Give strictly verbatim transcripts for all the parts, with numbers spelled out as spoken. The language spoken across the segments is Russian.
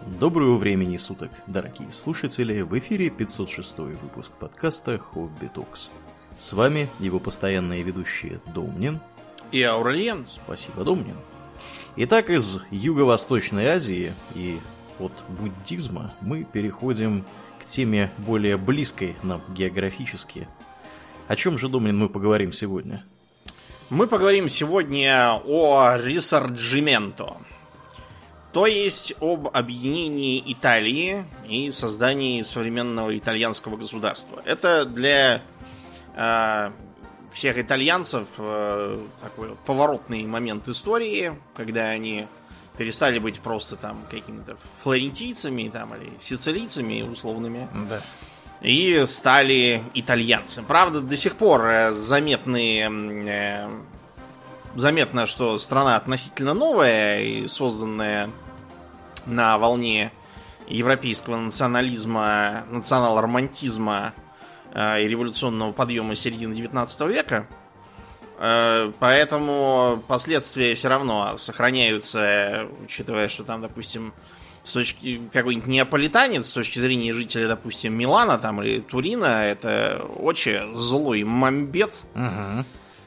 Доброго времени суток, дорогие слушатели! В эфире пятьсот шестой выпуск подкаста Хобби Токс. С вами его постоянные ведущие Домнин и Аурельен. Спасибо, Домнин. Итак, из Юго-Восточной Азии и от буддизма мы переходим к теме более близкой нам географически. О чем же, Домнин, мы поговорим сегодня? Мы поговорим сегодня о рисорджименто. То есть об объединении Италии и создании современного итальянского государства. Это для э, всех итальянцев э, такой вот поворотный момент истории, когда они перестали быть просто там какими-то флорентийцами там, или сицилийцами условными. Да. И стали итальянцами. Правда, до сих пор заметны... Э, заметно, что страна относительно новая и созданная на волне европейского национализма, национал-романтизма э, и революционного подъема середины девятнадцатого века. Э, поэтому последствия все равно сохраняются, учитывая, что там, допустим, с точки какой-нибудь неаполитанец, с точки зрения жителя, допустим, Милана там, или Турина, это очень злой мамбет. Uh-huh.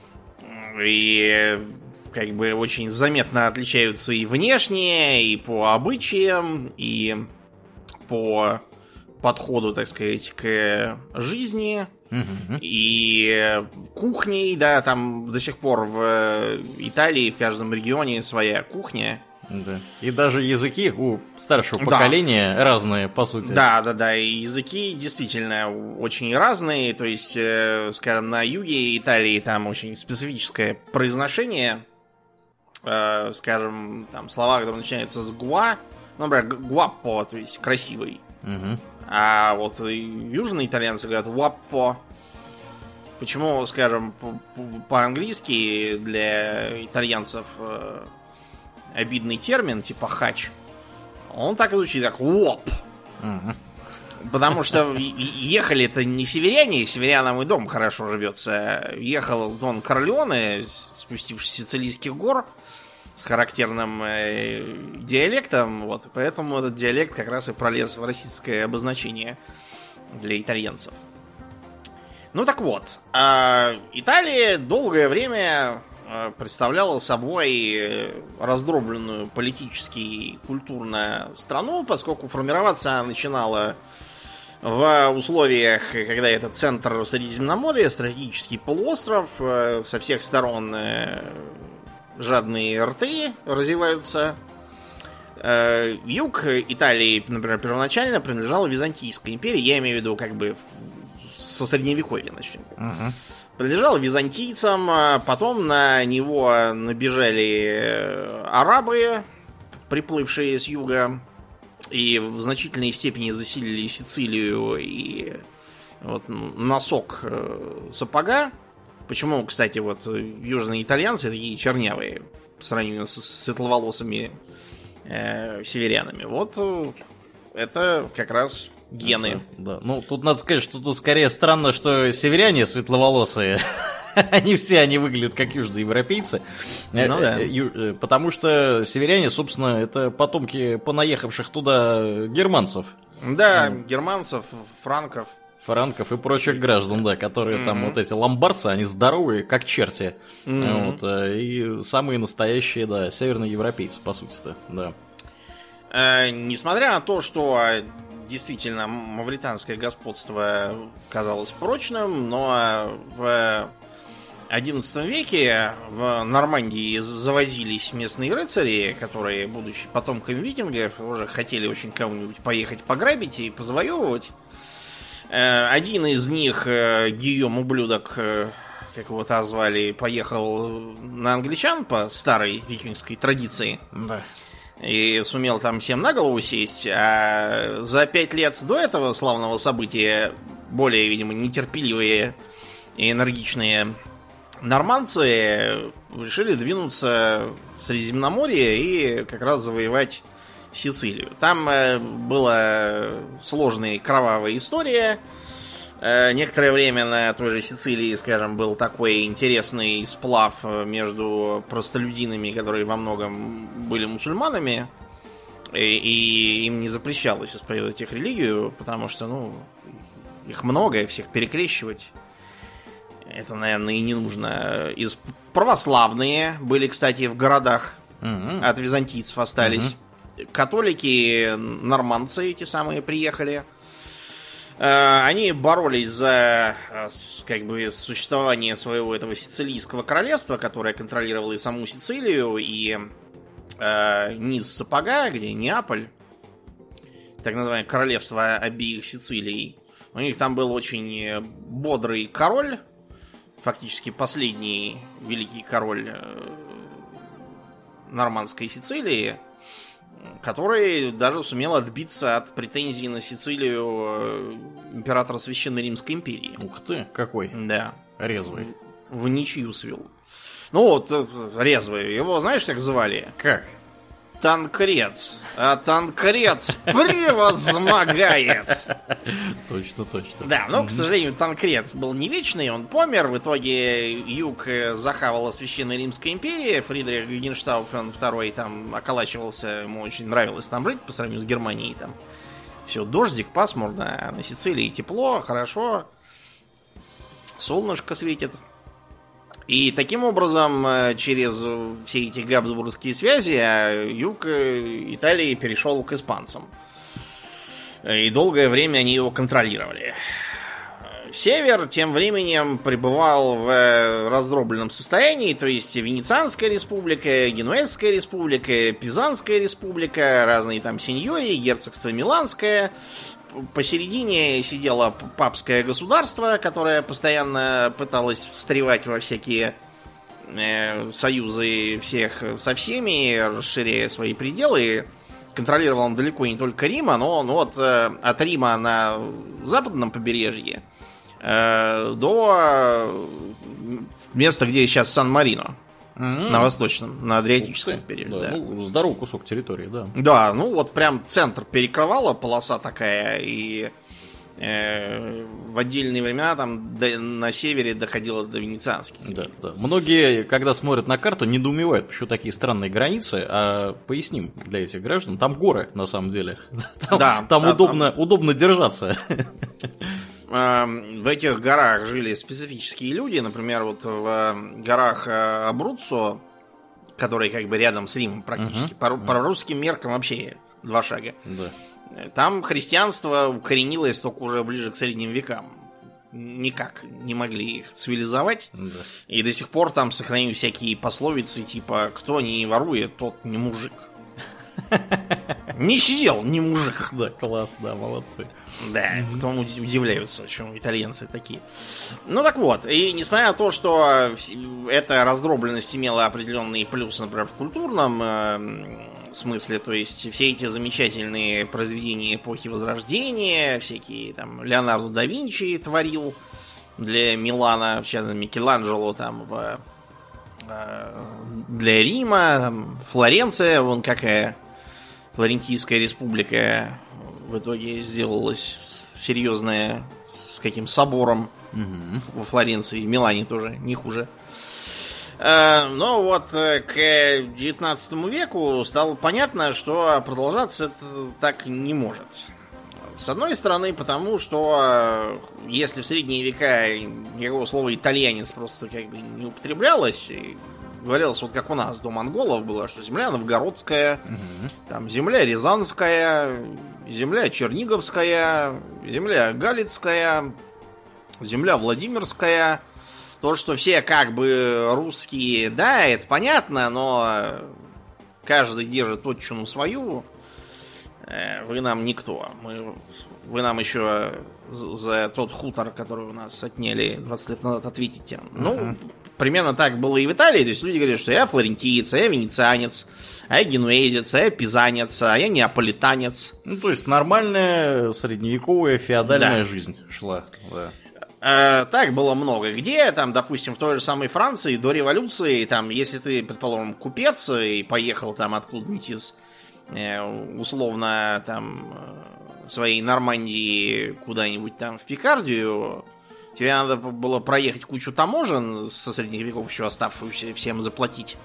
И как бы очень заметно отличаются и внешне, и по обычаям, и по подходу, так сказать, к жизни, uh-huh. и кухней, да, там до сих пор в Италии в каждом регионе своя кухня. Да. И даже языки у старшего поколения да. разные, по сути. Да, да, да. И языки действительно очень разные. То есть, э, скажем, на юге Италии там очень специфическое произношение. Э, скажем, там слова, которые начинаются с гуа. Ну, например, гуаппо, то есть красивый. Угу. А вот южные итальянцы говорят ваппо. Почему, скажем, по-английски для итальянцев э, обидный термин, типа хач, он так и звучит, как воп. Uh-huh. Потому что ехали-то не северяне, северянам и дом хорошо живется. Ехал Дон Корлеоне, спустившись с сицилийских гор, с характерным э, диалектом. Вот, поэтому этот диалект как раз и пролез в российское обозначение для итальянцев. Ну так вот, э, Италия долгое время представляла собой раздробленную политически и культурно страну, поскольку формироваться она начинала в условиях, когда это центр Средиземноморья, стратегический полуостров, со всех сторон жадные рты развиваются. Юг Италии, например, первоначально принадлежал Византийской империи, я имею в виду как бы со Средневековья начнем. Uh-huh. Принадлежал византийцам, потом на него набежали арабы, приплывшие с юга, и в значительной степени заселили Сицилию и вот носок сапога. Почему, кстати, вот южные итальянцы такие чернявые по сравнению с светловолосыми э, северянами? Вот это как раз... гены. Да, да. Ну, тут надо сказать, что тут скорее странно, что северяне светловолосые, они все, они выглядят как южноевропейцы. Ну, да. Потому что северяне, собственно, это потомки понаехавших туда германцов. Да, mm. германцев, франков. Франков и прочих граждан, да, которые mm-hmm. там вот эти ломбарцы, они здоровые, как черти. Mm-hmm. Вот, и самые настоящие, да, северные европейцы, по сути-то, да. Э, несмотря на то, что действительно мавританское господство казалось прочным, но в одиннадцатом веке в Нормандии завозились местные рыцари, которые, будучи потомками викингов, уже хотели очень кого-нибудь поехать пограбить и позавоевывать. Один из них, Гийом Ублюдок, как его то звали, поехал на англичан по старой викингской традиции. Да. И сумел там всем на голову сесть. А за пять лет до этого славного события более, видимо, нетерпеливые и энергичные нормандцы решили двинуться в Средиземноморье и как раз завоевать Сицилию. Там была сложная кровавая история. Некоторое время на той же Сицилии, скажем, был такой интересный сплав между простолюдинами, которые во многом были мусульманами, И, и им не запрещалось исповедовать их религию, потому что, ну, их много, и всех перекрещивать это, наверное, и не нужно. Из православные были, кстати, в городах, mm-hmm. от византийцев остались. Mm-hmm. Католики, нормандцы эти самые приехали. Они боролись за, как бы, существование своего этого сицилийского королевства, которое контролировало и саму Сицилию, и э, низ сапога, где Неаполь, так называемое королевство обеих Сицилий. У них там был очень бодрый король, фактически последний великий король нормандской Сицилии, который даже сумел отбиться от претензий на Сицилию императора Священной Римской империи. Ух ты, какой. Да. Резвый. В, в ничью свел. Ну вот, резвый. Его знаешь, как звали? Как? Танкред. А Танкред превозмогает. Точно, точно. Да, но, к сожалению, Танкред был не вечный, он помер. В итоге юг захавала Священная Римская империя. Фридрих Гагенштауфен второй там околачивался, ему очень нравилось там жить по сравнению с Германией. Там все, дождик, пасмурно, а на Сицилии тепло, хорошо. Солнышко светит. И таким образом, через все эти габсбургские связи, юг Италии перешел к испанцам. И долгое время они его контролировали. Север тем временем пребывал в раздробленном состоянии, то есть Венецианская республика, Генуэзская республика, Пизанская республика, разные там сеньории, герцогство Миланское. Посередине сидело папское государство, которое постоянно пыталось встревать во всякие э, союзы всех со всеми, расширяя свои пределы. Контролировал он далеко не только Рима, но ну, вот, э, от Рима на западном побережье э, до места, где сейчас Сан-Марино. Mm-hmm. На восточном, на Адриатическом побережье. Да, да. Ну, здоровый кусок территории, да. Да, ну вот прям центр перекрывала полоса такая, и э, в отдельные времена там до, на севере доходило до венецианских. Да, да. Многие, когда смотрят на карту, недоумевают, почему такие странные границы, а поясним для этих граждан, там горы, на самом деле. Там, да, там да, удобно, там... удобно держаться. В этих горах жили специфические люди. Например, вот в горах Абруццо, которые как бы рядом с Римом практически, uh-huh. по, uh-huh. по русским меркам вообще два шага. Да. Там христианство укоренилось только уже ближе к средним векам. Никак не могли их цивилизовать. Да. И до сих пор там сохранились всякие пословицы, типа «кто не ворует, тот не мужик». Не сидел, не мужик. Да, класс, да, молодцы. Да, потом удивляются, почему итальянцы такие. Ну так вот, и несмотря на то, что эта раздробленность имела определенный плюс, например, в культурном э, смысле, то есть все эти замечательные произведения эпохи Возрождения, всякие там Леонардо да Винчи творил для Милана, в частности Микеланджело там в, э, для Рима, там, Флоренция, вон какая Флорентийская республика в итоге сделалась серьезная, с каким собором угу. во Флоренции, в Милане тоже не хуже. Но вот к девятнадцатому веку стало понятно, что продолжаться это так не может. С одной стороны, потому что если в средние века никакого слова итальянец просто как бы не употреблялось, говорилось, вот как у нас до монголов было, что земля новгородская, угу. там земля рязанская, земля черниговская, земля галицкая, земля владимирская. То, что все как бы русские, да, это понятно, но каждый держит отчину свою. Вы нам никто. Мы, вы нам еще за тот хутор, который у нас отняли двадцать лет назад, ответите. Uh-huh. Ну, примерно так было и в Италии. То есть люди говорят, что я флорентиец, а я венецианец, а я генуэзец, а я пизанец, а я неаполитанец. Ну, то есть нормальная средневековая феодальная да. жизнь шла. Да. Так было много где, там, допустим, в той же самой Франции до революции, там, если ты, предположим, купец и поехал там откуда-нибудь из, условно, там, своей Нормандии куда-нибудь там в Пикардию, тебе надо было проехать кучу таможен со средних веков еще оставшуюся, всем заплатить.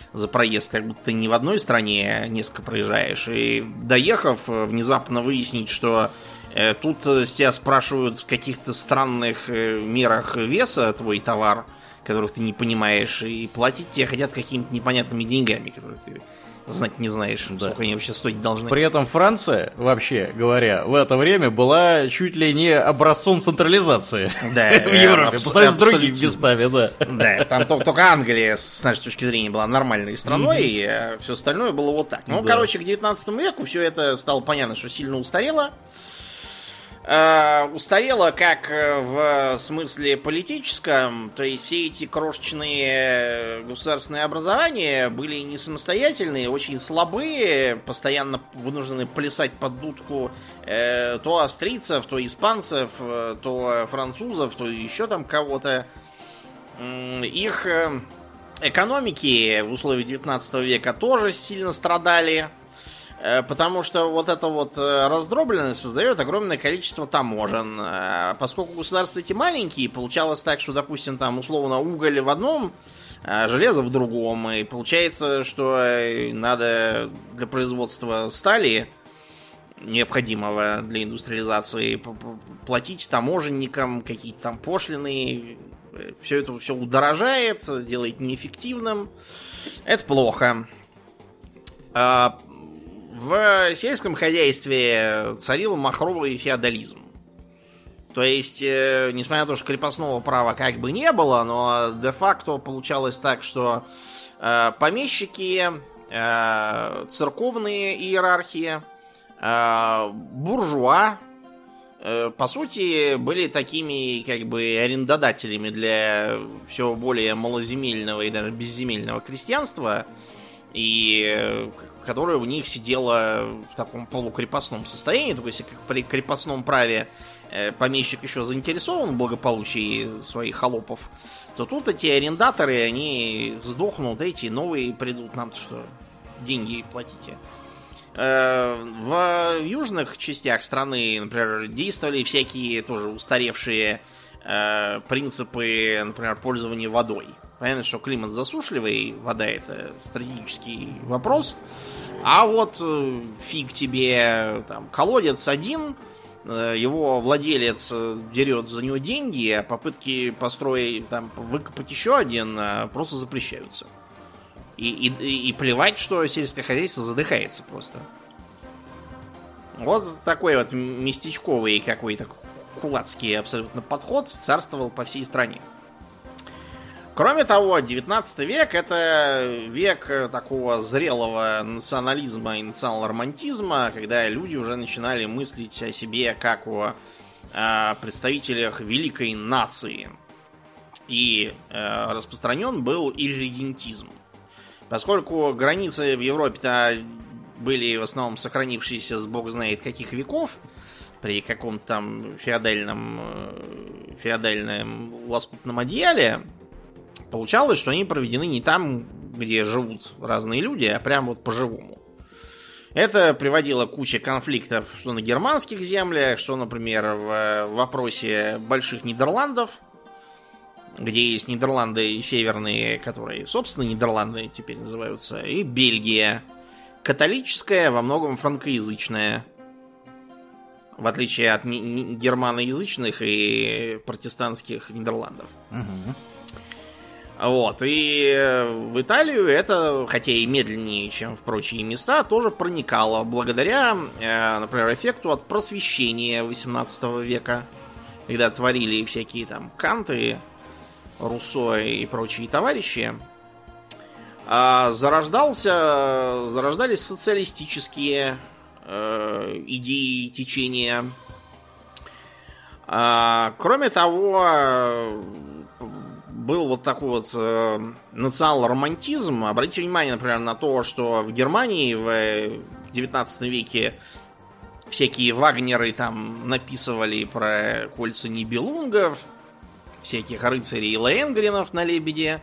за проезд, как будто ты не в одной стране несколько проезжаешь. И доехав, внезапно выяснить, что э, тут с тебя спрашивают в каких-то странных э, мерах веса твой товар, которых ты не понимаешь, и платить тебе хотят какими-то непонятными деньгами, которые ты знать не знаешь, да. Сколько они вообще стоить должны. При этом Франция, вообще говоря, в это время была чуть ли не образцом централизации да, в Европе, по сравнению с другими местами, да. Да, там только Англия, с нашей точки зрения, была нормальной страной, и все остальное было вот так. Ну, короче, к девятнадцатому веку все это стало понятно, что сильно устарело. Uh, устарело как в смысле политическом, то есть все эти крошечные государственные образования были не самостоятельные, очень слабые, постоянно вынуждены плясать под дудку э, то австрийцев, то испанцев, то французов, то еще там кого-то. Их экономики в условиях девятнадцатого века тоже сильно страдали. Потому что вот эта вот раздробленность создает огромное количество таможен. Поскольку государства эти маленькие, получалось так, что, допустим, там условно уголь в одном, а железо в другом. И получается, что надо для производства стали, необходимого для индустриализации, платить таможенникам какие-то там пошлины. Все это все удорожает, делает неэффективным. Это плохо. В сельском хозяйстве царил махровый феодализм. То есть, э, несмотря на то, что крепостного права как бы не было, но де-факто получалось так, что э, помещики, э, церковные иерархии, э, буржуа, э, по сути, были такими как бы арендодателями для все более малоземельного и даже безземельного крестьянства, и которое у них сидело в таком полукрепостном состоянии. То есть, как при крепостном праве помещик еще заинтересован в благополучии своих холопов, то тут эти арендаторы, они сдохнут, эти новые придут, нам что, деньги платите. В южных частях страны, например, действовали всякие тоже устаревшие принципы, например, пользования водой. Понятно, что климат засушливый, вода это стратегический вопрос. А вот фиг тебе, там, колодец один, его владелец дерет за него деньги, а попытки построить, там, выкопать еще один просто запрещаются. И, и, и плевать, что сельское хозяйство задыхается просто. Вот такой вот местечковый какой-то кулацкий абсолютно подход царствовал по всей стране. Кроме того, девятнадцатый век — это век такого зрелого национализма и национал-романтизма, когда люди уже начинали мыслить о себе как о э, представителях великой нации. И э, распространен был ирредентизм. Поскольку границы в Европе-то были в основном сохранившиеся с бог знает каких веков, при каком-то там феодальном, феодальном лоскутном одеяле, получалось, что они проведены не там, где живут разные люди, а прям вот по-живому. Это приводило к куче конфликтов, что на германских землях, что, например, в вопросе Больших Нидерландов, где есть Нидерланды северные, которые, собственно, Нидерланды теперь называются, и Бельгия. Католическая, во многом франкоязычная. В отличие от германоязычных и протестантских Нидерландов. Угу. Вот, и в Италию это, хотя и медленнее, чем в прочие места, тоже проникало благодаря, например, эффекту от просвещения восемнадцатого века, когда творили всякие там Канты, Руссо и прочие товарищи. Зарождался, зарождались социалистические э, идеи и течения. Кроме того, был вот такой вот э, национал-романтизм. Обратите внимание, например, на то, что в Германии в девятнадцатом веке всякие Вагнеры там написывали про кольца Нибелунгов, всяких рыцарей Лоэнгренов на Лебеде,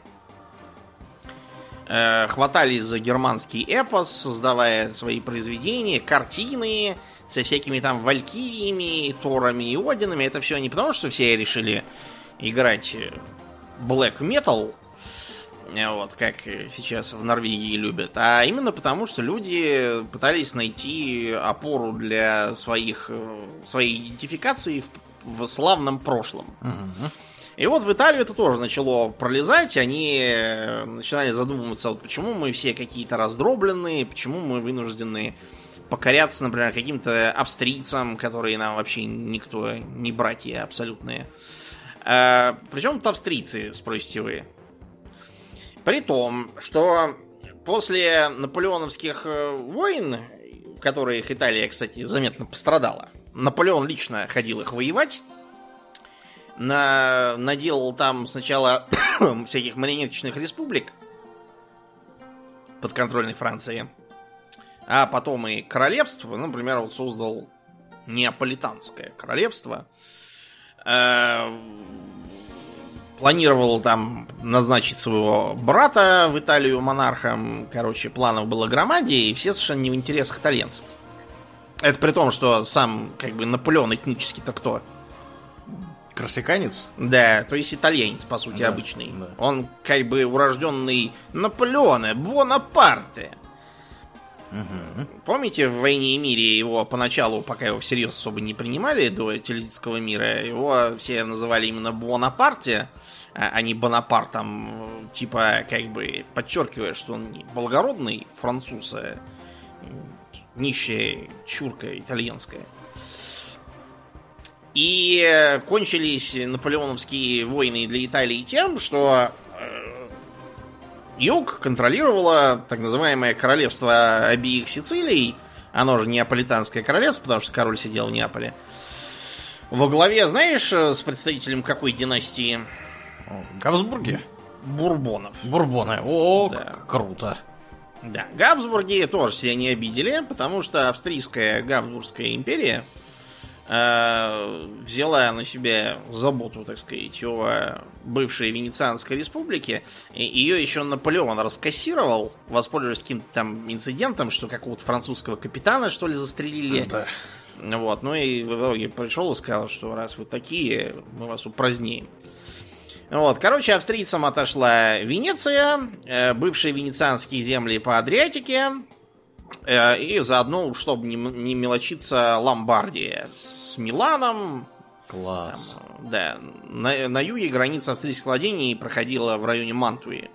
э, хватались за германский эпос, создавая свои произведения, картины со всякими там валькириями, торами и одинами. Это все не потому, что все решили играть black metal, Вот, как сейчас в Норвегии любят, а именно потому, что люди пытались найти опору для своих, своей идентификации в, в славном прошлом. Uh-huh. И вот в Италию это тоже начало пролезать, они начинали задумываться, вот почему мы все какие-то раздробленные, почему мы вынуждены покоряться, например, каким-то австрийцам, которые нам вообще никто, не братья абсолютные. А, причем тут австрийцы, спросите вы. При том, что после наполеоновских войн, в которых Италия, кстати, заметно пострадала, Наполеон лично ходил их воевать, на... наделал там сначала всяких марионеточных республик подконтрольных Франции, а потом и королевство, например, вот создал Неаполитанское королевство, планировал там назначить своего брата в Италию монархом. Короче, планов было громаде, и все совершенно не в интересах итальянцев. Это при том, что сам, как бы, Наполеон этнически-то кто? Корсиканец? Да, то есть итальянец, по сути, да, обычный. Да. Он, как бы, урожденный Наполеона, Бонапарте. Угу. Помните, в «Войне и мире» его поначалу, пока его всерьез особо не принимали до Телезитского мира, его все называли именно Бонапарте, а не Бонапартом, типа, как бы, подчеркивая, что он не благородный француз, а нищая чурка итальянская. И кончились наполеоновские войны для Италии тем, что юг контролировало так называемое королевство обеих Сицилий. Оно же Неаполитанское королевство, потому что король сидел в Неаполе. Во главе, знаешь, с представителем какой династии? Габсбурги? Бурбонов. Бурбоны. О, да. Как круто. Да, Габсбурги тоже себя не обидели, потому что австрийская Габсбургская империя э, взяла на себя заботу, так сказать, о бывшей Венецианской республике. И ее еще Наполеон раскассировал, воспользовавшись каким-то там инцидентом, что какого-то французского капитана, что ли, застрелили. Да. Вот, ну и в итоге пришел и сказал, что раз вы такие, мы вас упразднеем. Вот, короче, австрийцам отошла Венеция, бывшие венецианские земли по Адриатике, и заодно, чтобы не, не мелочиться, Ломбардия с Миланом. Класс. Там, да, на, на юге граница австрийских владений проходила в районе Мантуи.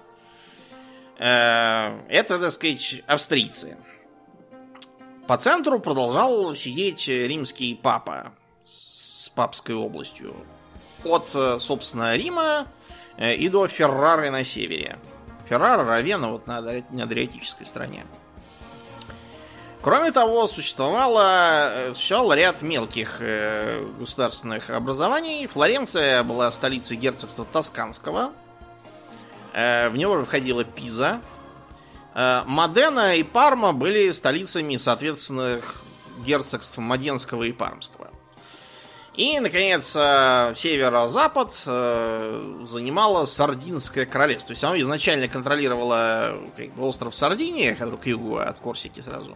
Это, так сказать, австрийцы. По центру продолжал сидеть римский папа с папской областью. От, собственно, Рима и до Феррары на севере. Феррара, Равенна вот на Адриатической стороне. Кроме того, существовало, существовал ряд мелких э, государственных образований. Флоренция была столицей герцогства Тосканского. Э, в него входила Пиза. Э, Модена и Парма были столицами, соответственно, герцогств Моденского и Пармского. И, наконец, северо-запад занимало Сардинское королевство. То есть оно изначально контролировало, как бы, остров Сардиния, который к югу от Корсики сразу.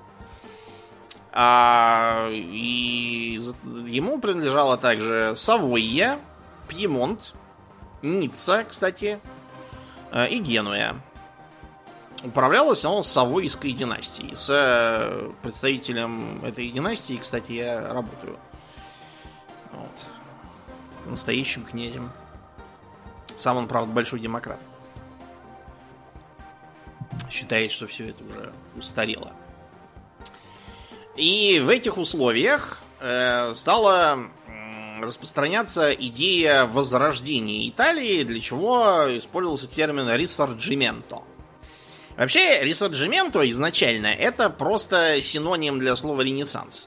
А, и ему принадлежала также Савойя, Пьемонт, Ницца, кстати, и Генуя. Управлялось оно Савойской династией. С представителем этой династии, кстати, я работаю. Вот. Настоящим князем. Сам он, правда, большой демократ. Считает, что все это уже устарело. И в этих условиях э, стала э, распространяться идея возрождения Италии, для чего использовался термин «рисорджименто». Вообще, рисорджименто изначально это просто синоним для слова «ренессанс».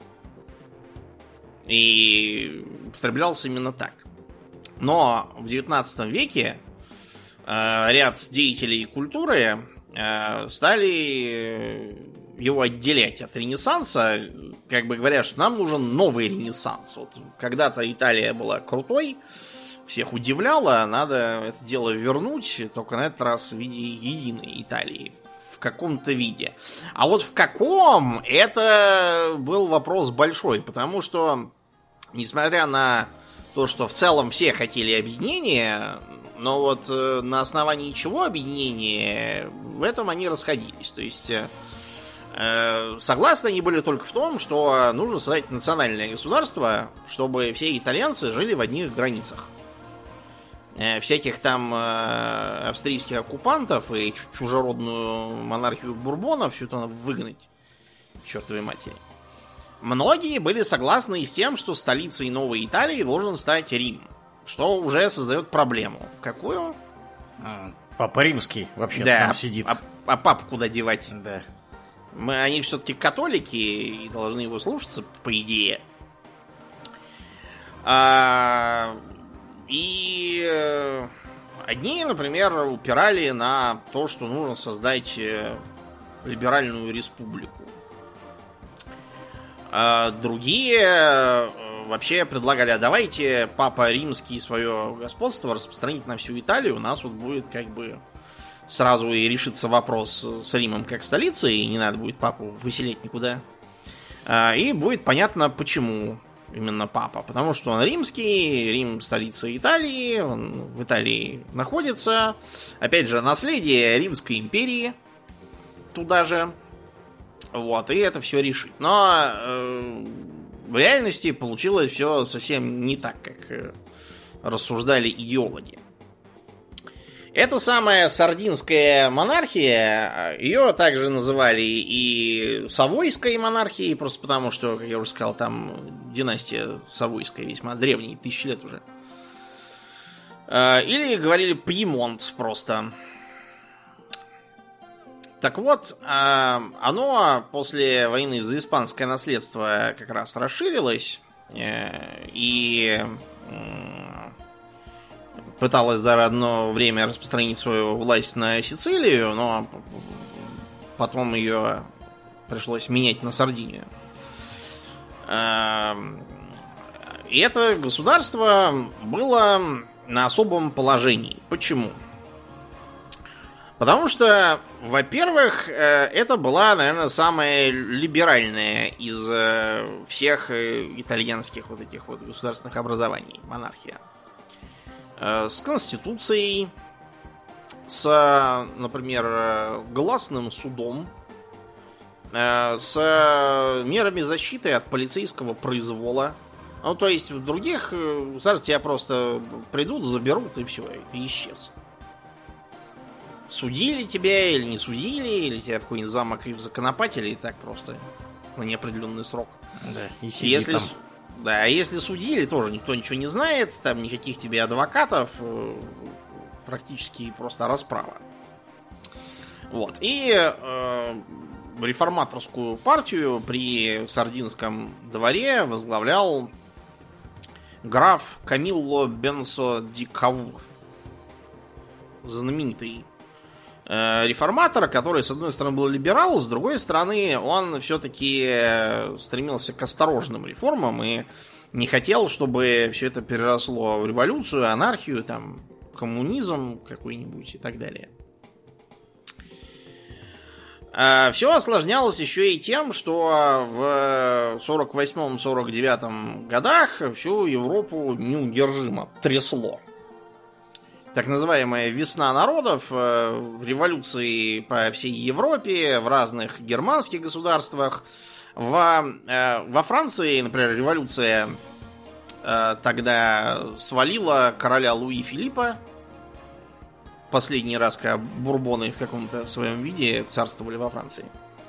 И употреблялся именно так. Но в девятнадцатом веке э, ряд деятелей культуры э, стали его отделять от Ренессанса, как бы говоря, что нам нужен новый Ренессанс. Вот когда-то Италия была крутой, всех удивляла, надо это дело вернуть, только на этот раз в виде единой Италии. В каком-то виде. А вот в каком, это был вопрос большой, потому что несмотря на то, что в целом все хотели объединения, но вот э, на основании чего объединения, в этом они расходились. То есть э, согласны они были только в том, что нужно создать национальное государство, чтобы все итальянцы жили в одних границах. Э, всяких там э, австрийских оккупантов и чужеродную монархию бурбонов все это надо выгнать. Чертовой матери. Многие были согласны и с тем, что столицей Новой Италии должен стать Рим. Что уже создает проблему. Какую? А, Папа Римский вообще да, там сидит. А, а папу куда девать? Да. Мы, они все-таки католики и должны его слушаться, по идее. А, и э, одни, например, упирали на то, что нужно создать либеральную республику. А другие вообще предлагали, а давайте Папа Римский свое господство распространить на всю Италию, у нас вот будет как бы сразу и решится вопрос с Римом как столицей, и не надо будет папу выселять никуда. И будет понятно, почему именно папа. Потому что он римский, Рим столица Италии, он в Италии находится. Опять же, наследие Римской империи туда же. Вот, и это все решит. Но э, в реальности получилось все совсем не так, как э, рассуждали идеологи. Эта самая сардинская монархия, ее также называли и Савойской монархией, просто потому что, как я уже сказал, там династия Савойская весьма древняя, тысячи лет уже. Э, или говорили Пьемонт просто. Так вот, оно после войны за испанское наследство как раз расширилось и пыталось даже одно время распространить свою власть на Сицилию, но потом ее пришлось менять на Сардинию. И это государство было на особом положении. Почему? Потому что, во-первых, это была, наверное, самая либеральная из всех итальянских вот этих вот государственных образований, монархия. С конституцией, с, например, гласным судом, с мерами защиты от полицейского произвола. Ну, то есть в других государствах тебя просто придут, заберут и все, и ты исчез. Судили тебя или не судили, или тебя в какой-нибудь замок и законопатили, и так просто на неопределенный срок. Да, и сиди если, там. Да, а если судили, тоже никто ничего не знает, там никаких тебе адвокатов, практически просто расправа. Вот. И э, реформаторскую партию при Сардинском дворе возглавлял граф Камилло Бенсо ди Кавур. Знаменитый реформатор, который, с одной стороны, был либерал, с другой стороны, он все-таки стремился к осторожным реформам и не хотел, чтобы все это переросло в революцию, анархию, там, коммунизм какой-нибудь и так далее. Все осложнялось еще и тем, что в сорок восьмом сорок девятом годах всю Европу неудержимо трясло. Так называемая «Весна народов», революции по всей Европе, в разных германских государствах. Во, во Франции, например, революция тогда свалила короля Луи Филиппа. Последний раз, когда бурбоны в каком-то своем виде царствовали во Франции.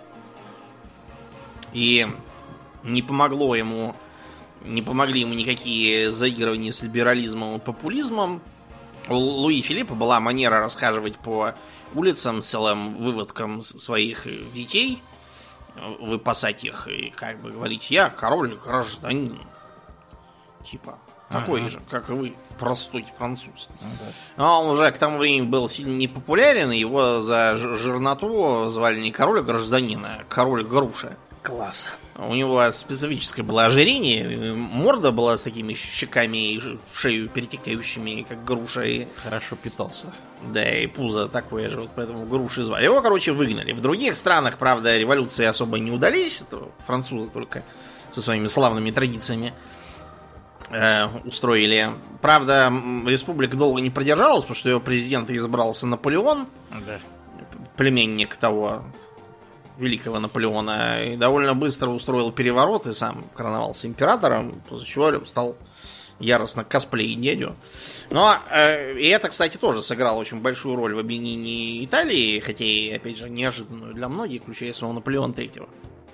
И не помогло ему, не помогли ему никакие заигрывания с либерализмом и популизмом. У Луи Филиппа была манера расхаживать по улицам с целым выводком своих детей, выпасать их и как бы говорить: я король-гражданин. Типа, такой ага. же, как и вы, простой француз. Ага. Но он уже к тому времени был сильно непопулярен, и его за жирноту звали не король-гражданин, а король-груша. Класс. У него специфическое было ожирение, морда была с такими щеками и в шею перетекающими, как груша. И... Хорошо питался. Да, и пузо такое же, вот поэтому груши звали. Его, короче, выгнали. В других странах, правда, революции особо не удались, это французы только со своими славными традициями. э, устроили. Правда, республика долго не продержалась, потому что ее президента избрался Наполеон, Да. племянник того великого Наполеона, и довольно быстро устроил переворот и сам короновался императором, после чего стал яростно косплеить дядю. Но э, и это, кстати, тоже сыграло очень большую роль в объединении Италии, хотя и, опять же, неожиданную для многих, включая самого Наполеона третьего.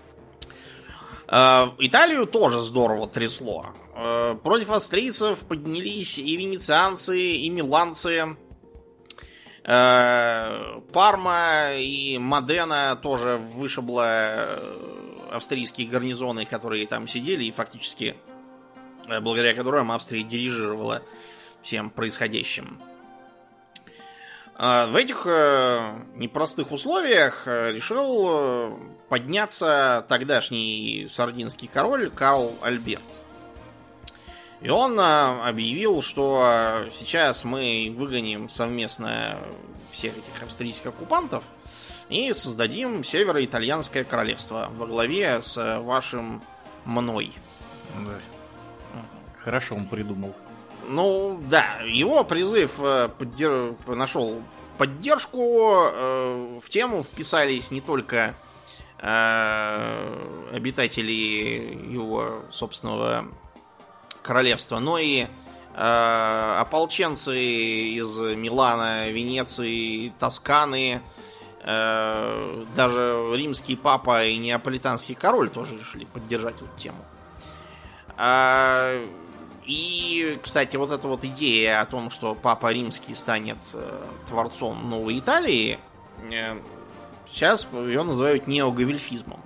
Э, Италию тоже здорово трясло. Э, против австрийцев поднялись и венецианцы, и миланцы. Э, Парма и Модена тоже вышибло австрийские гарнизоны, которые там сидели, и фактически благодаря которым Австрия дирижировала всем происходящим. В этих непростых условиях решил подняться тогдашний сардинский король Карл Альберт. И он объявил, что сейчас мы выгоним совместно всех этих австрийских оккупантов и создадим Североитальянское королевство во главе с вашим мной. Хорошо он придумал. Ну, да, его призыв поддерж... нашел поддержку. В тему вписались не только обитатели его собственного королевства, но и ополченцы из Милана, Венеции, Тосканы, даже римский папа и неаполитанский король тоже решили поддержать эту тему. И, кстати, вот эта вот идея о том, что Папа Римский станет э, творцом новой Италии, э, сейчас ее называют неогавельфизмом.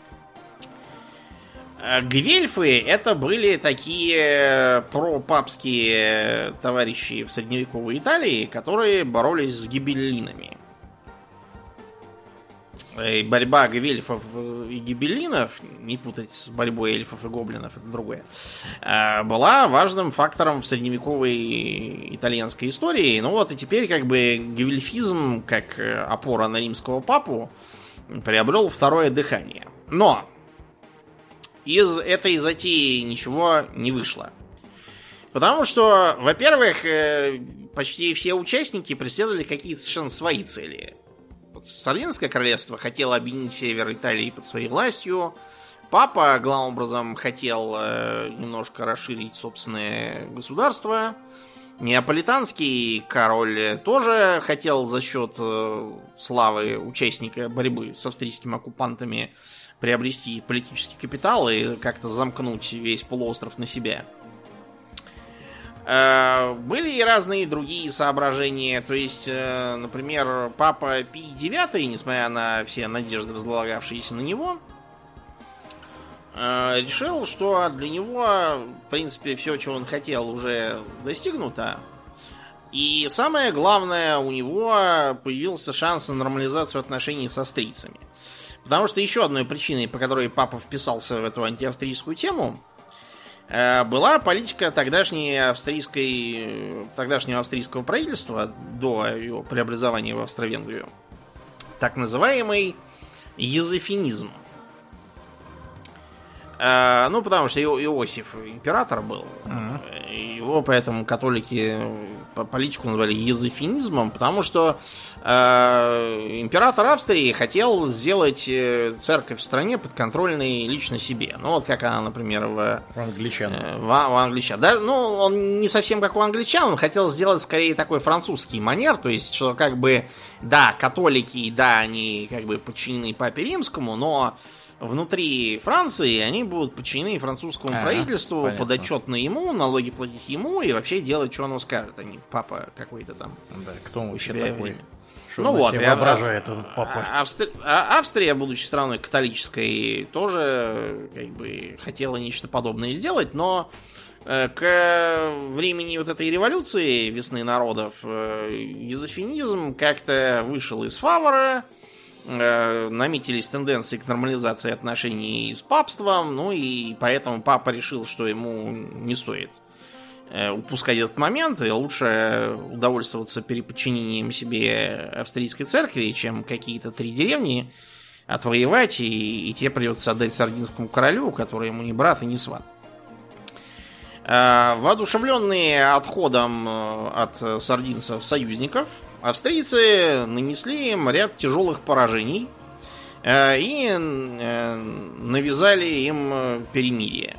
Э, гвельфы это были такие пропапские товарищи в средневековой Италии, которые боролись с гибеллинами. И борьба гвельфов и гибеллинов, не путать с борьбой эльфов и гоблинов, это другое, была важным фактором в средневековой итальянской истории. Ну вот и теперь как бы гвельфизм, как опора на римского папу, приобрел второе дыхание. Но из этой затеи ничего не вышло. Потому что, во-первых, почти все участники преследовали какие-то совершенно свои цели. Сардинское королевство хотело объединить север Италии под своей властью. Папа, главным образом, хотел э, немножко расширить собственное государство. Неаполитанский король тоже хотел за счет э, славы участника борьбы с австрийскими оккупантами приобрести политический капитал и как-то замкнуть весь полуостров на себя. Были и разные другие соображения. То есть, например, папа Пий девятый, несмотря на все надежды, возлагавшиеся на него, решил, что для него, в принципе, все, чего он хотел, уже достигнуто. И самое главное, у него появился шанс на нормализацию отношений с австрийцами. Потому что еще одной причиной, по которой папа вписался в эту антиавстрийскую тему, была политика тогдашней австрийской, тогдашнего австрийского правительства до его преобразования в Австро-Венгрию. Так называемый йозефинизм. Ну, потому что Иосиф император был. Uh-huh. Его поэтому католики политику назвали йозефинизмом, потому что э, император Австрии хотел сделать церковь в стране подконтрольной лично себе. Ну, вот как она, например, в... У англичан. Э, в, в англичан. Да, ну, он не совсем как у англичан, он хотел сделать скорее такой французский манер, то есть, что как бы, да, католики, да, они как бы подчинены Папе Римскому, но внутри Франции они будут подчинены французскому а, правительству, понятно. Подотчетны ему, налоги платить ему и вообще делать, что он скажет, а не папа какой-то там. Да, кто он вообще такой? Что ну он вот, себе воображает этот папа? Австри... Австрия, будучи страной католической, тоже как бы хотела нечто подобное сделать, но к времени вот этой революции весны народов йозефинизм как-то вышел из фавора. Наметились тенденции к нормализации отношений с папством, ну и поэтому папа решил, что ему не стоит упускать этот момент, и лучше удовольствоваться переподчинением себе австрийской церкви, чем какие-то три деревни отвоевать, и, и те придется отдать сардинскому королю, который ему не брат и не сват. Воодушевленные отходом от сардинцев союзников, австрийцы нанесли им ряд тяжелых поражений и навязали им перемирие.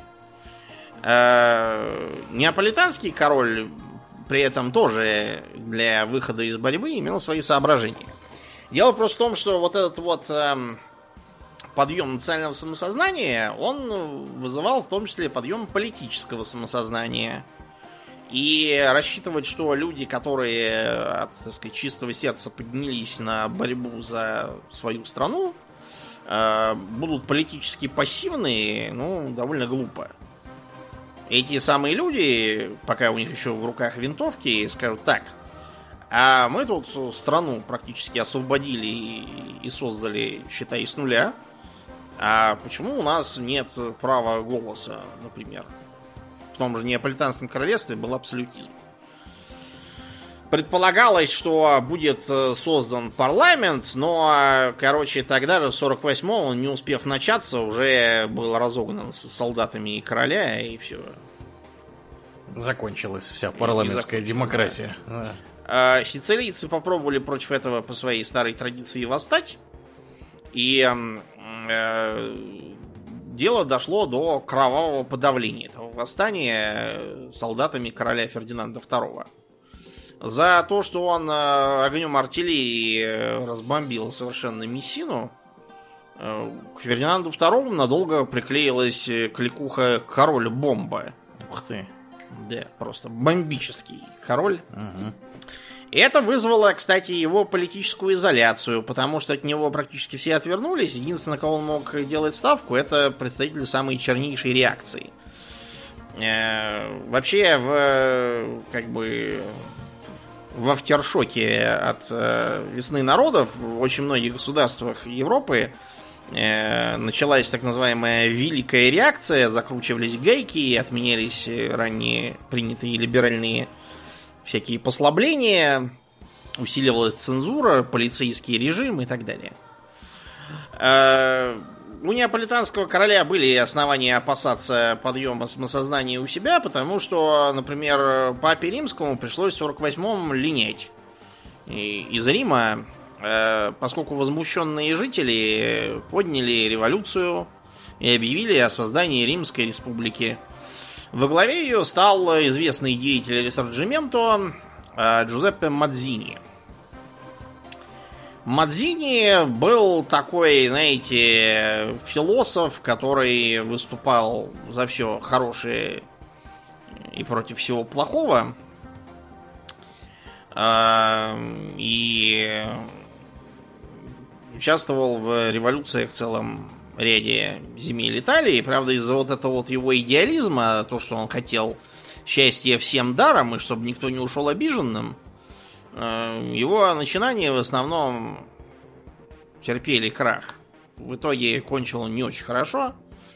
Неаполитанский король при этом тоже для выхода из борьбы имел свои соображения. Дело просто в том, что вот этот вот э, подъем национального самосознания, он вызывал в том числе подъем политического самосознания. И рассчитывать, что люди, которые от, так сказать, чистого сердца поднялись на борьбу за свою страну, э, будут политически пассивные, ну, довольно глупо. Эти самые люди, пока у них еще в руках винтовки, скажут: так, а мы тут страну практически освободили и создали, считай, с нуля. А почему у нас нет права голоса, например? В том же Неаполитанском королевстве был абсолютизм. Предполагалось, что будет создан парламент, но, короче, тогда же в сорок восьмом, он, не успев начаться, уже был разогнан с солдатами короля, и все. Закончилась вся парламентская демократия. Да. А, сицилийцы попробовали против этого по своей старой традиции восстать, и э, дело дошло до кровавого подавления этого восстания солдатами короля Фердинанда второго. За то, что он огнем артиллерии разбомбил совершенно Мессину, к Фердинанду второму надолго приклеилась кликуха «Король-бомба». Ух ты. Да, просто бомбический король. Угу. И это вызвало, кстати, его политическую изоляцию, потому что от него практически все отвернулись. Единственное, на кого он мог делать ставку, это представители самой чернейшей реакции. Вообще, в, как бы... в афтершоке от э, весны народов в очень многих государствах Европы э, началась так называемая великая реакция, закручивались гайки, отменялись ранее принятые либеральные всякие послабления, усиливалась цензура, полицейский режим и так далее. Э, у неаполитанского короля были основания опасаться подъема самосознания у себя, потому что, например, папе Римскому пришлось в сорок восьмом линять из Рима, поскольку возмущенные жители подняли революцию и объявили о создании Римской республики. Во главе ее стал известный деятель Рисорджименто Джузеппе Мадзини. Мадзини был такой, знаете, философ, который выступал за все хорошее и против всего плохого. И участвовал в революциях в целом ряде земель Италии. Правда, из-за вот этого вот его идеализма, то, что он хотел счастья всем даром, и чтобы никто не ушел обиженным, его начинания в основном терпели крах. В итоге кончил он не очень хорошо.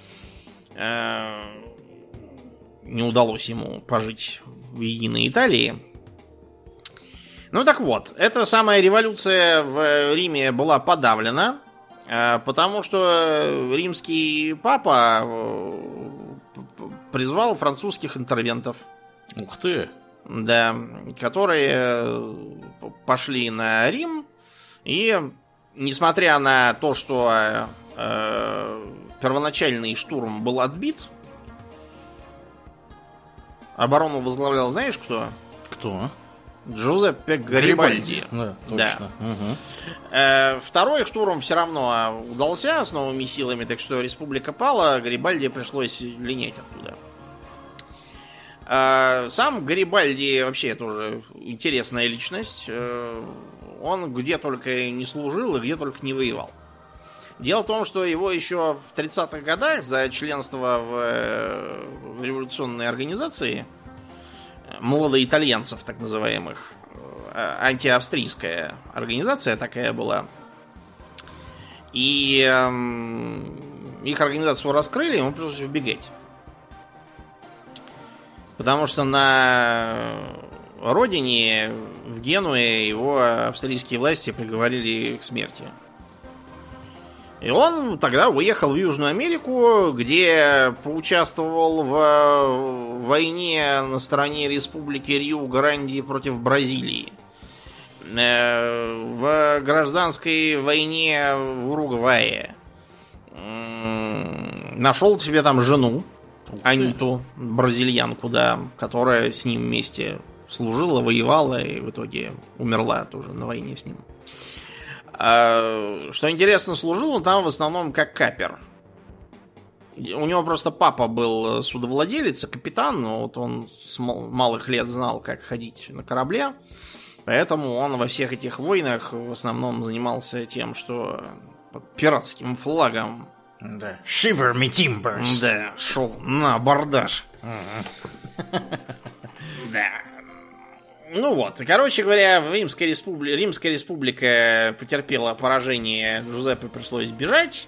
Не удалось ему пожить в единой Италии. Ну так вот, эта самая революция в Риме была подавлена, потому что римский папа призвал французских интервентов. Ух ты! Да, которые пошли на Рим, и несмотря на то, что э, первоначальный штурм был отбит, оборону возглавлял, знаешь кто? Кто? Джузеппе Гарибальди. Да, точно. Да. Угу. Э, второй штурм все равно удался с новыми силами, так что республика пала, Гарибальди пришлось линять оттуда. Сам Гарибальди вообще тоже интересная личность. Он где только не служил и где только не воевал. Дело в том, что его еще в тридцатых годах за членство в революционной организации младоитальянцев, так называемых, антиавстрийская организация такая была. И их организацию раскрыли, ему пришлось убегать. Потому что на родине, в Генуе, его австрийские власти приговорили к смерти. И он тогда уехал в Южную Америку, где поучаствовал в войне на стороне республики Риу-Гранди против Бразилии. В гражданской войне в Уругвае. Нашел себе там жену, Аниту, бразильянку, да, которая с ним вместе служила, воевала и в итоге умерла тоже на войне с ним. А, что интересно, служил он там в основном как капер. У него просто папа был судовладелец, капитан, но вот он с малых лет знал, как ходить на корабле. Поэтому он во всех этих войнах в основном занимался тем, что под пиратским флагом, да, Shiver me timbers. Да, шел на абордаж. Да. Ну вот, короче говоря, Римская республика, Римская республика потерпела поражение, Джузеппе пришлось бежать.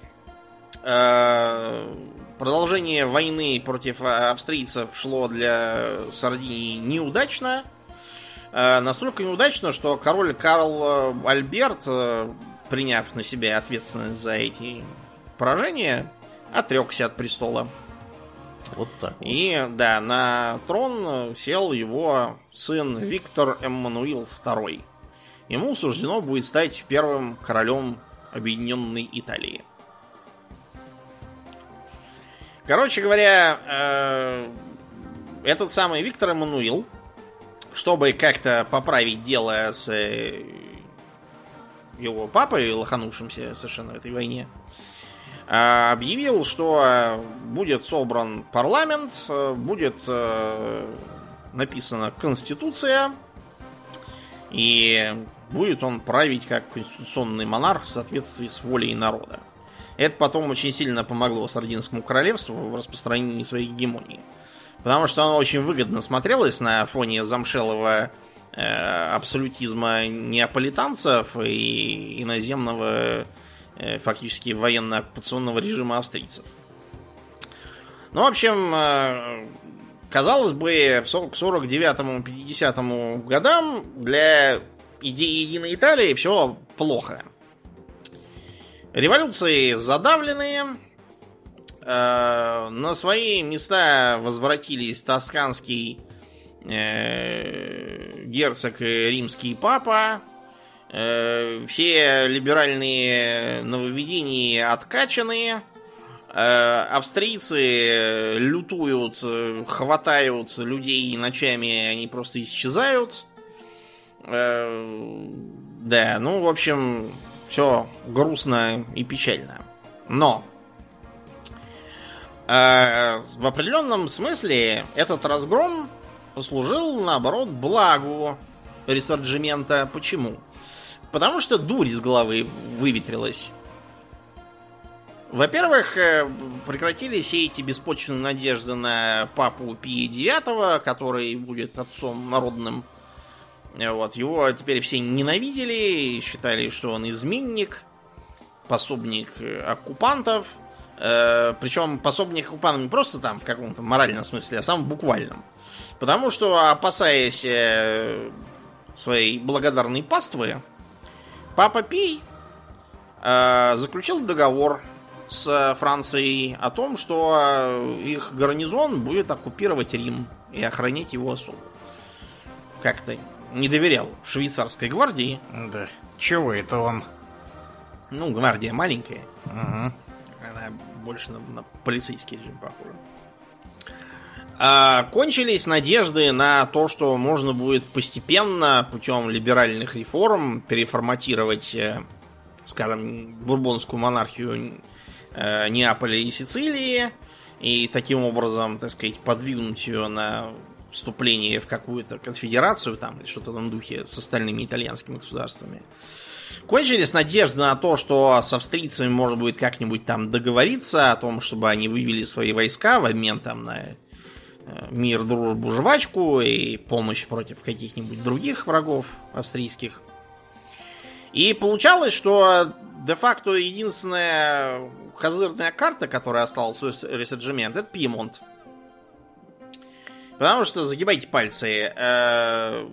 Продолжение войны против австрийцев шло для Сардинии неудачно. Настолько неудачно, что король Карл Альберт, приняв на себя ответственность за эти поражения, отрекся от престола. Вот так вот. И, да, на трон сел его сын Виктор Эммануил второй. Ему суждено будет стать первым королем Объединенной Италии. Короче говоря, э, этот самый Виктор Эммануил, чтобы как-то поправить дело с э, его папой, лоханувшимся совершенно в этой войне, объявил, что будет собран парламент, будет написана конституция, и будет он править как конституционный монарх в соответствии с волей народа. Это потом очень сильно помогло Сардинскому королевству в распространении своей гегемонии. Потому что оно очень выгодно смотрелось на фоне замшелого э, абсолютизма неаполитанцев и иноземного фактически военно-оккупационного режима австрийцев. Ну, в общем, казалось бы, к сорок девятому пятидесятому годам для идеи единой Италии все плохо. Революции задавленные. На свои места возвратились тосканский герцог и римский папа. Все либеральные нововведения откачаны. Австрийцы лютуют, хватают людей ночами, они просто исчезают. Да, ну, в общем, все грустно и печально. Но в определенном смысле этот разгром послужил, наоборот, благу Рисорджимента. Почему? Потому что дурь из головы выветрилась. Во-первых, прекратили все эти беспочвенные надежды на папу Пия девятого, который будет отцом народным. Вот. Его теперь все ненавидели и считали, что он изменник, пособник оккупантов. Причем пособник оккупантов не просто там в каком-то моральном смысле, а в самом буквальном. Потому что, опасаясь своей благодарной паствы, Папа Пий э, заключил договор с Францией о том, что их гарнизон будет оккупировать Рим и охранять его особо. Как-то не доверял швейцарской гвардии. Да, чего это он? Ну, гвардия маленькая. Угу. Она больше на, на полицейский режим похожа. А, кончились надежды на то, что можно будет постепенно путем либеральных реформ переформатировать, скажем, бурбонскую монархию Неаполя и Сицилии и таким образом, так сказать, подвинуть ее на вступление в какую-то конфедерацию там или что-то в этом духе с остальными итальянскими государствами. Кончились надежды на то, что с австрийцами можно будет как-нибудь там договориться о том, чтобы они вывели свои войска в обмен там на мир, дружбу, жвачку и помощь против каких-нибудь других врагов австрийских. И получалось, что де-факто единственная козырная карта, которая осталась у Рисорджимента, это Пьемонт. Потому что, загибайте пальцы, э,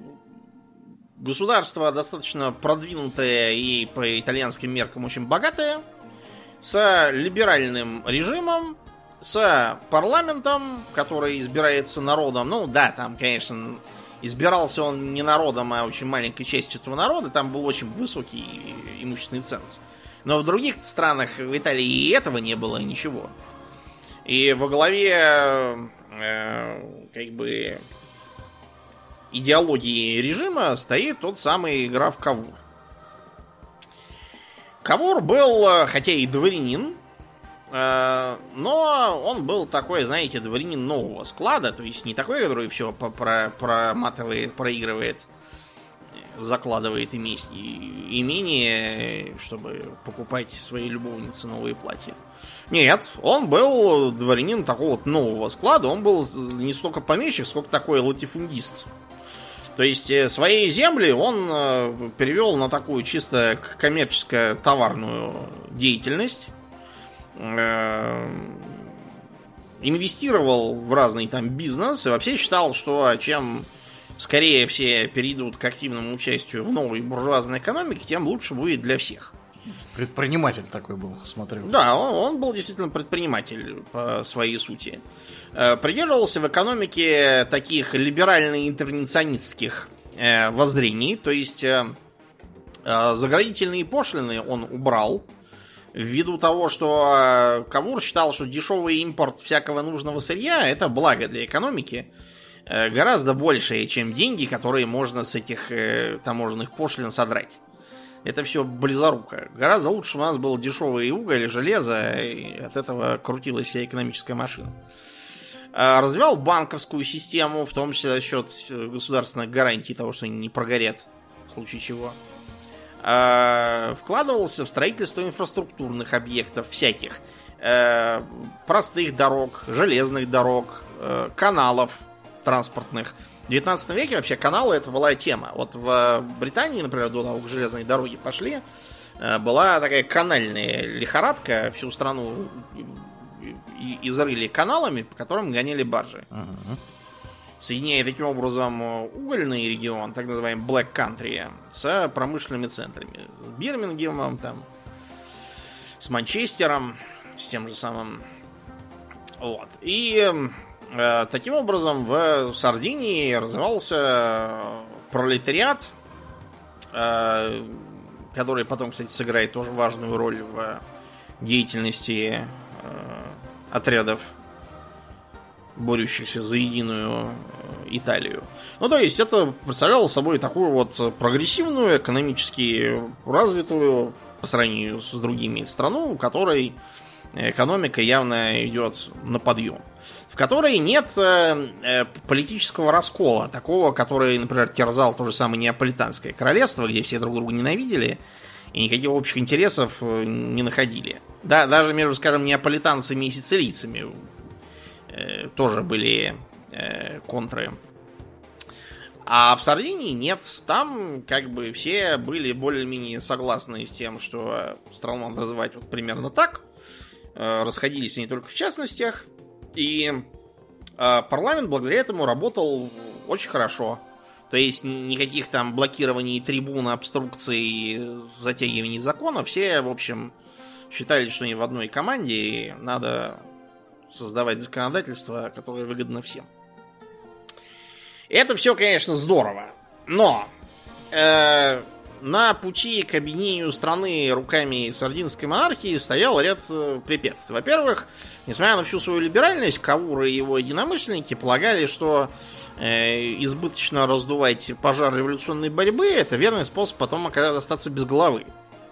государство достаточно продвинутое и по итальянским меркам очень богатое, с либеральным режимом, с парламентом, который избирается народом. Ну да, там, конечно, избирался он не народом, а очень маленькой частью этого народа. Там был очень высокий имущественный ценз. Но в других странах, в Италии, и этого не было ничего. И во главе э, как бы идеологии режима стоит тот самый граф Кавур. Кавур был, хотя и дворянин, но он был такой, знаете, дворянин нового склада, то есть не такой, который все проматывает, проигрывает, закладывает имение, чтобы покупать своей любовнице новые платья. Нет, он был дворянин такого вот нового склада, он был не столько помещик, сколько такой латифундист. То есть свои земли он перевел на такую чисто коммерческо-товарную деятельность. Инвестировал в разный там бизнес и вообще считал, что чем скорее все перейдут к активному участию в новой буржуазной экономике, тем лучше будет для всех. Предприниматель такой был, смотрю. Да, он, он был действительно предприниматель по своей сути. Придерживался в экономике таких либерально-интервенционистских воззрений, то есть заградительные пошлины он убрал, ввиду того, что Кавур считал, что дешевый импорт всякого нужного сырья — это благо для экономики, гораздо большее, чем деньги, которые можно с этих таможенных пошлин содрать. Это все близоруко. Гораздо лучше у нас был дешевый уголь, железо, и от этого крутилась вся экономическая машина. Развивал банковскую систему, в том числе за счет государственных гарантий того, что они не прогорят в случае чего. Вкладывался в строительство инфраструктурных объектов всяких. Простых дорог, железных дорог, каналов транспортных. В девятнадцатом веке вообще каналы — это была тема. Вот в Британии, например, до того, как железные дороги пошли, была такая канальная лихорадка. Всю страну изрыли каналами, по которым гоняли баржи. Uh-huh. Соединяя таким образом угольный регион, так называемый Black Country, с промышленными центрами. С Бирмингемом, там, с Манчестером, с тем же самым. Вот. И э, таким образом в Сардинии развивался пролетариат, э, который потом, кстати, сыграет тоже важную роль в деятельности э, отрядов, борющихся за единую Италию. Ну, то есть, это представляло собой такую вот прогрессивную, экономически развитую, по сравнению с другими, страну, у которой экономика явно идет на подъем. В которой нет э, политического раскола, такого, который, например, терзал то же самое Неаполитанское королевство, где все друг друга ненавидели и никаких общих интересов не находили. Да, даже между, скажем, неаполитанцами и сицилийцами э, тоже были э, контры. А в Сардинии нет. Там как бы все были более-менее согласны с тем, что страну надо называть вот примерно так. Э, расходились они только в частностях. И э, парламент благодаря этому работал очень хорошо. То есть никаких там блокирований трибун, обструкций, затягиваний закона. Все, в общем, считали, что они в одной команде, и надо создавать законодательство, которое выгодно всем. Это все, конечно, здорово. Но э, на пути к объединению страны руками сардинской монархии стоял ряд препятствий. Во-первых, несмотря на всю свою либеральность, Кавур и его единомышленники полагали, что э, избыточно раздувать пожар революционной борьбы — это верный способ потом остаться без головы.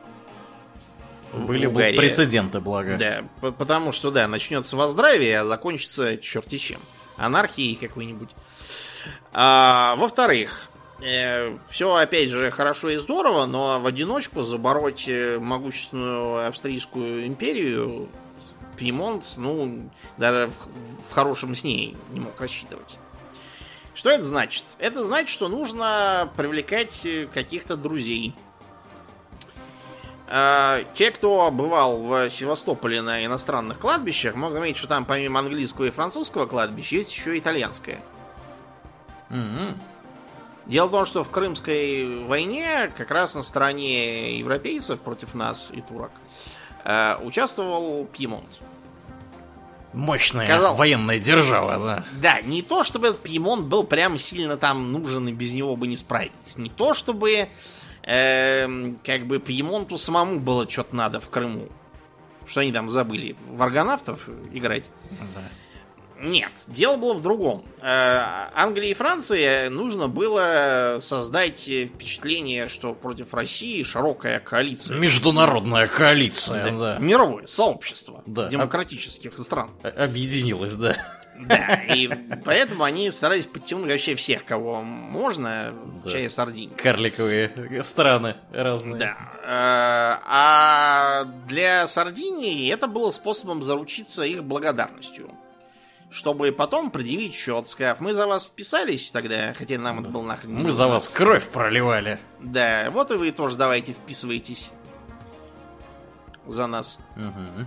Были бы прецеденты, благо. Да, потому что, да, начнется возздравие, а закончится черти чем. Анархией какой-нибудь. А, во-вторых, э, все, опять же, хорошо и здорово, но в одиночку забороть могущественную австрийскую империю Пьемонт, ну, даже в, в хорошем сне не мог рассчитывать. Что это значит? Это значит, что нужно привлекать каких-то друзей. Те, кто бывал в Севастополе на иностранных кладбищах, могут заметить, что там помимо английского и французского кладбища есть еще итальянское. Mm-hmm. Дело в том, что в Крымской войне как раз на стороне европейцев против нас и турок э, участвовал Пьемонт. Мощная Казалось, военная держава, да. Да, не то чтобы этот Пьемонт был прям сильно там нужен и без него бы не справились. Не то чтобы э, как бы Пьемонту самому было что-то надо в Крыму. Что они там забыли? В аргонавтов играть? Да. Нет, дело было в другом. Э, Англии и Франции нужно было создать впечатление, что против России широкая коалиция. Международная коалиция, да. Да. Мировое сообщество Да. демократических стран. Объединилась, да. Да, и поэтому они старались подтянуть вообще всех, кого можно, Да. чая Сардинии. Карликовые страны разные. Да. Э, А для Сардинии это было способом заручиться их благодарностью. Чтобы потом предъявить счет, сказав, мы за вас вписались тогда, хотя нам это было нахрен не Мы нужно. за вас кровь проливали. Да, вот и вы тоже давайте вписывайтесь за нас. Угу.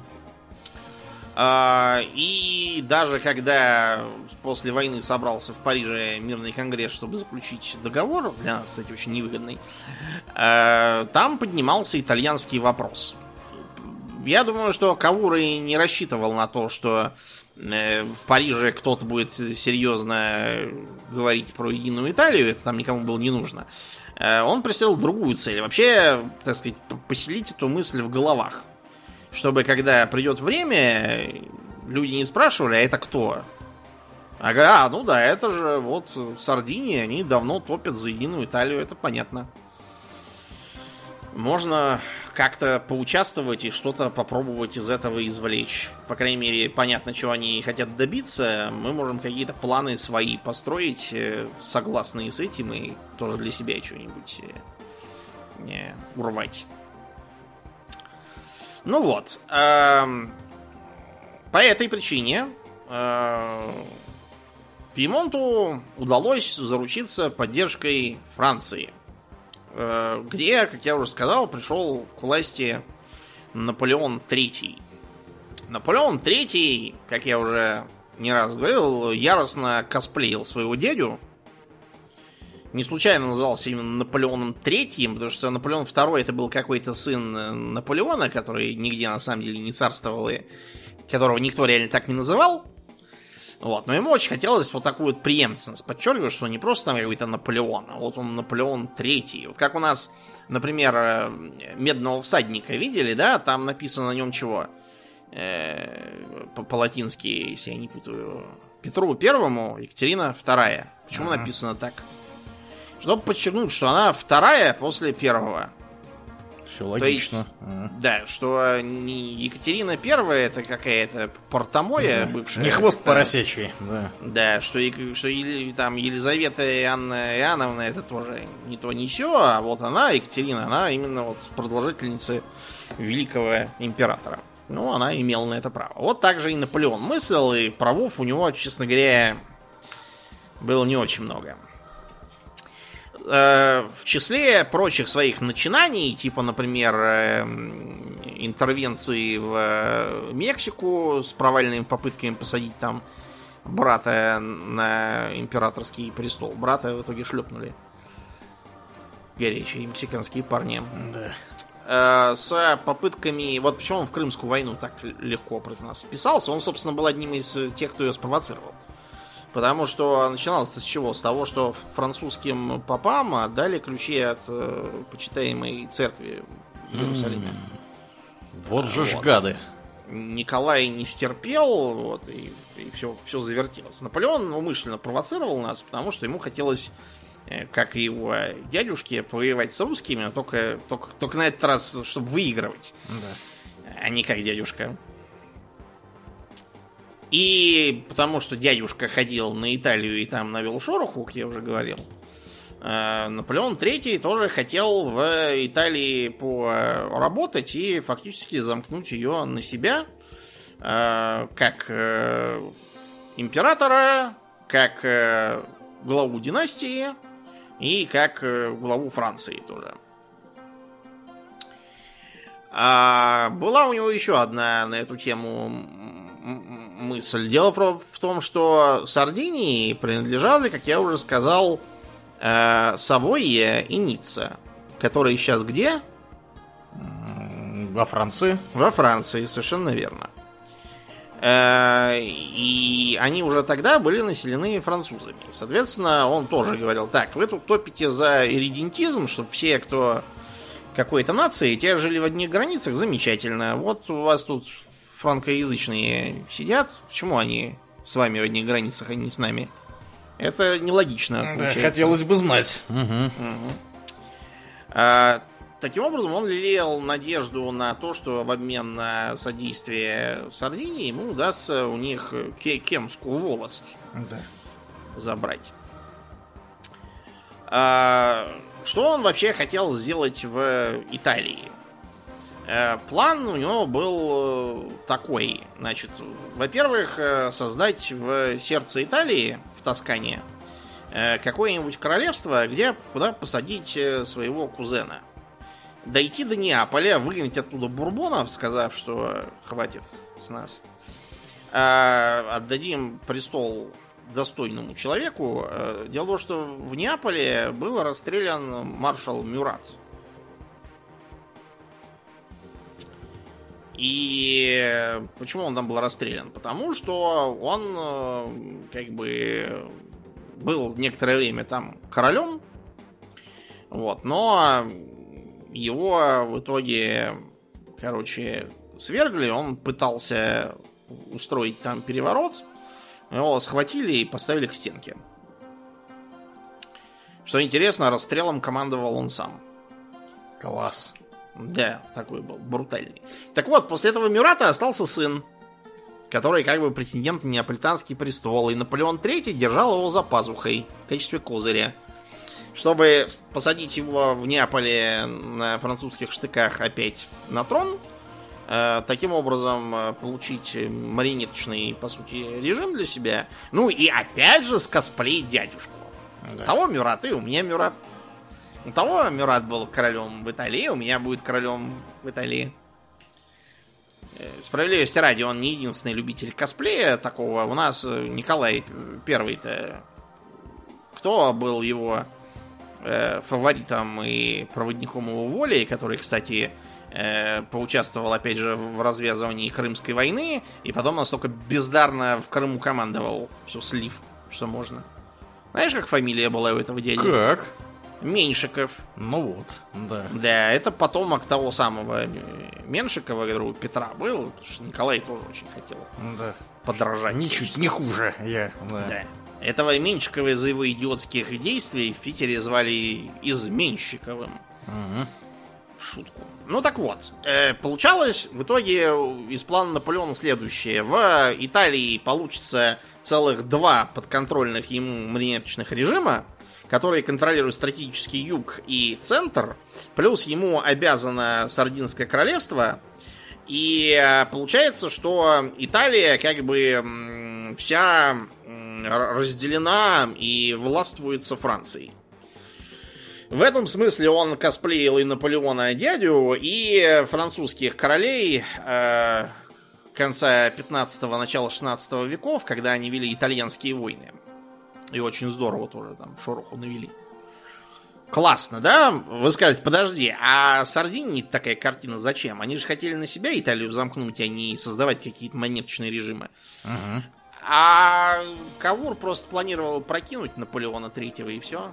А, и даже когда после войны собрался в Париже мирный конгресс, чтобы заключить договор, для нас, кстати, очень невыгодный, а, там поднимался итальянский вопрос. Я думаю, что Кавура и не рассчитывал на то, что в Париже кто-то будет серьезно говорить про единую Италию, это там никому было не нужно. Он преследовал другую цель. Вообще, так сказать, поселить эту мысль в головах. Чтобы, когда придет время, люди не спрашивали, а это кто? А говорят, а, ну да, это же вот Сардиния, они давно топят за единую Италию, это понятно. Можно как-то поучаствовать и что-то попробовать из этого извлечь. По крайней мере, понятно, чего они хотят добиться. Мы можем какие-то планы свои построить, согласные с этим, и тоже для себя что-нибудь не, урвать. Ну вот. Э, по этой причине э, Пьемонту удалось заручиться поддержкой Франции. Где, как я уже сказал, пришел к власти Наполеон Третий. Наполеон Третий, как я уже не раз говорил, яростно косплеил своего дядю. Не случайно назывался именно Наполеоном Третьим, потому что Наполеон Второй это был какой-то сын Наполеона, который нигде на самом деле не царствовал и которого никто реально так не называл. Вот. Но ему очень хотелось вот такую вот преемственность. Подчеркиваю, что не просто там какой-то Наполеон, а вот он Наполеон Третий. Вот как у нас, например, Медного всадника видели, да? Там написано на нем чего? Э, по-латински, если я не путаю. Петру Первому, Екатерина Вторая. Почему ага. написано так? Чтобы подчеркнуть, что она вторая после первого. Все логично. Есть, ага. Да, что не Екатерина Первая это какая-то портомоя да. бывшая. Не хвост да. поросячий. Да, да что, что там Елизавета и Анна Иоанновна это тоже не то не сё, а вот она, Екатерина, она именно вот продолжительница великого императора. Ну, она имела на это право. Вот так же и Наполеон мыслил, и правов у него, честно говоря, было не очень много. В числе прочих своих начинаний, типа, например, интервенции в Мексику с провальными попытками посадить там брата на императорский престол. Брата в итоге шлепнули. Горячие мексиканские парни. Да. С попытками... Вот почему он в Крымскую войну так легко против нас вписался. Он, собственно, был одним из тех, кто ее спровоцировал. Потому что начиналось с чего? С того, что французским попам отдали ключи от э, почитаемой церкви в Иерусалиме. Mm. Вот же ж гады. Николай не стерпел, вот, и, и все, все завертелось. Наполеон умышленно провоцировал нас, потому что ему хотелось, э, как и его дядюшке, повоевать с русскими, но только, только, только на этот раз, чтобы выигрывать. Да. А не как дядюшка. И потому что дядюшка ходил на Италию и там навел шороху, как я уже говорил, Наполеон Третий тоже хотел в Италии поработать и фактически замкнуть ее на себя, как императора, как главу династии и как главу Франции тоже. А была у него еще одна на эту тему мысль. Дело в том, что Сардинии принадлежали, как я уже сказал, Савойя и Ницца, которые сейчас где? Во Франции? Во Франции, совершенно верно. И они уже тогда были населены французами. Соответственно, он тоже говорил: так, вы тут топите за ирредентизм, чтобы все, кто какой-то нации, те жили в одних границах, замечательно. Вот у вас тут франкоязычные сидят, почему они с вами в одних границах, а не с нами? Это нелогично. Да, хотелось бы знать. Угу. Угу. А, таким образом, он лелеял надежду на то, что в обмен на содействие Сардинии ему удастся у них Кемскую волость да. забрать. А, что он вообще хотел сделать в Италии? А, план у него был такой. Значит, во-первых, создать в сердце Италии, в Тоскане, какое-нибудь королевство, где куда посадить своего кузена. Дойти до Неаполя, выгнать оттуда бурбонов, сказав, что хватит с нас. А, отдадим престол достойному человеку. Дело в том, что в Неаполе был расстрелян маршал Мюрат. И почему он там был расстрелян? Потому что он как бы был некоторое время там королем, вот, но его в итоге, короче, свергли. Он пытался устроить там переворот, его схватили и поставили к стенке. Что интересно, расстрелом командовал он сам. Класс. Да, такой был, брутальный. Так вот, после этого Мюрата остался сын, который как бы претендент на неаполитанский престол. И Наполеон третий держал его за пазухой в качестве козыря. Чтобы посадить его в Неаполе на французских штыках опять на трон, э, таким образом э, получить марионеточный, по сути, режим для себя. Ну и опять же скосплеить дядюшку. Да. У того Мюрат, и у меня Мюрат. У того Мюрат был королем в Италии, у меня будет королем в Италии. Справедливости ради, он не единственный любитель косплея такого. У нас Николай Первый-то, кто был его э, фаворитом и проводником его воли, который, кстати, э, поучаствовал, опять же, в развязывании Крымской войны, и потом настолько бездарно в Крыму командовал, все слив, что можно. Знаешь, как фамилия была у этого дяди? Как? Меньшиков. Ну вот, да. Да, это потомок того самого Меншикова, который Петра был, потому что Николай тоже очень хотел да. подражать. Ничуть не хуже я. Да. Да. Этого Меньшикова из-за его идиотских действий в Питере звали Изменщиковым. Угу. Шутку. Ну так вот, э, получалось в итоге из плана Наполеона следующее. В Италии получится целых два подконтрольных ему марионеточных режима, который контролирует стратегический юг и центр, плюс ему обязано Сардинское королевство, и получается, что Италия как бы вся разделена и властвуется Францией. В этом смысле он косплеил и Наполеона дядю, и французских королей э, конца пятнадцатого, начала шестнадцатого веков, когда они вели итальянские войны. И очень здорово тоже там шороху навели. Классно, да? Вы скажете, подожди, а Сардинии такая картина зачем? Они же хотели на себя Италию замкнуть, а не создавать какие-то монеточные режимы. Угу. А Кавур просто планировал прокинуть Наполеона третьего и все.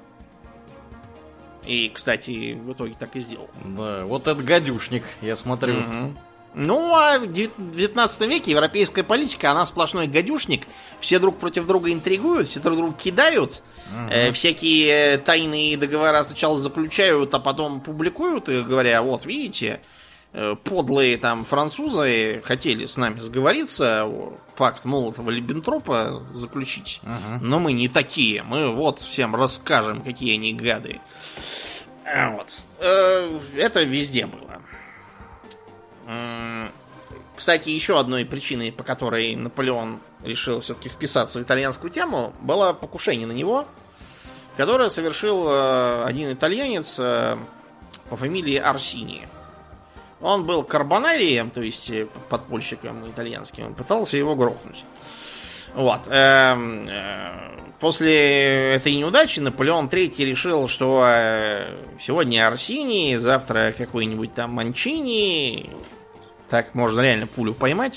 И, кстати, в итоге так и сделал. Да, вот этот гадюшник, я смотрю. Угу. Ну, а в девятнадцатом веке европейская политика, она сплошной гадюшник. Все друг против друга интригуют, все друг друга кидают. Uh-huh. э, всякие тайные договора сначала заключают, а потом публикуют, и говоря, вот, видите, э, подлые там французы хотели с нами сговориться, пакт Молотова-Риббентропа заключить. Uh-huh. Но мы не такие, мы вот всем расскажем, какие они гады. А вот. Э, это везде было. Кстати, еще одной причиной, по которой Наполеон решил все-таки вписаться в итальянскую тему, было покушение на него, которое совершил один итальянец по фамилии Арсини. Он был карбонарием, то есть подпольщиком итальянским, пытался его грохнуть. Вот. Эм, э, После этой неудачи Наполеон третий решил, что э, сегодня Арсини, завтра какой-нибудь там Манчини. Так можно реально пулю поймать.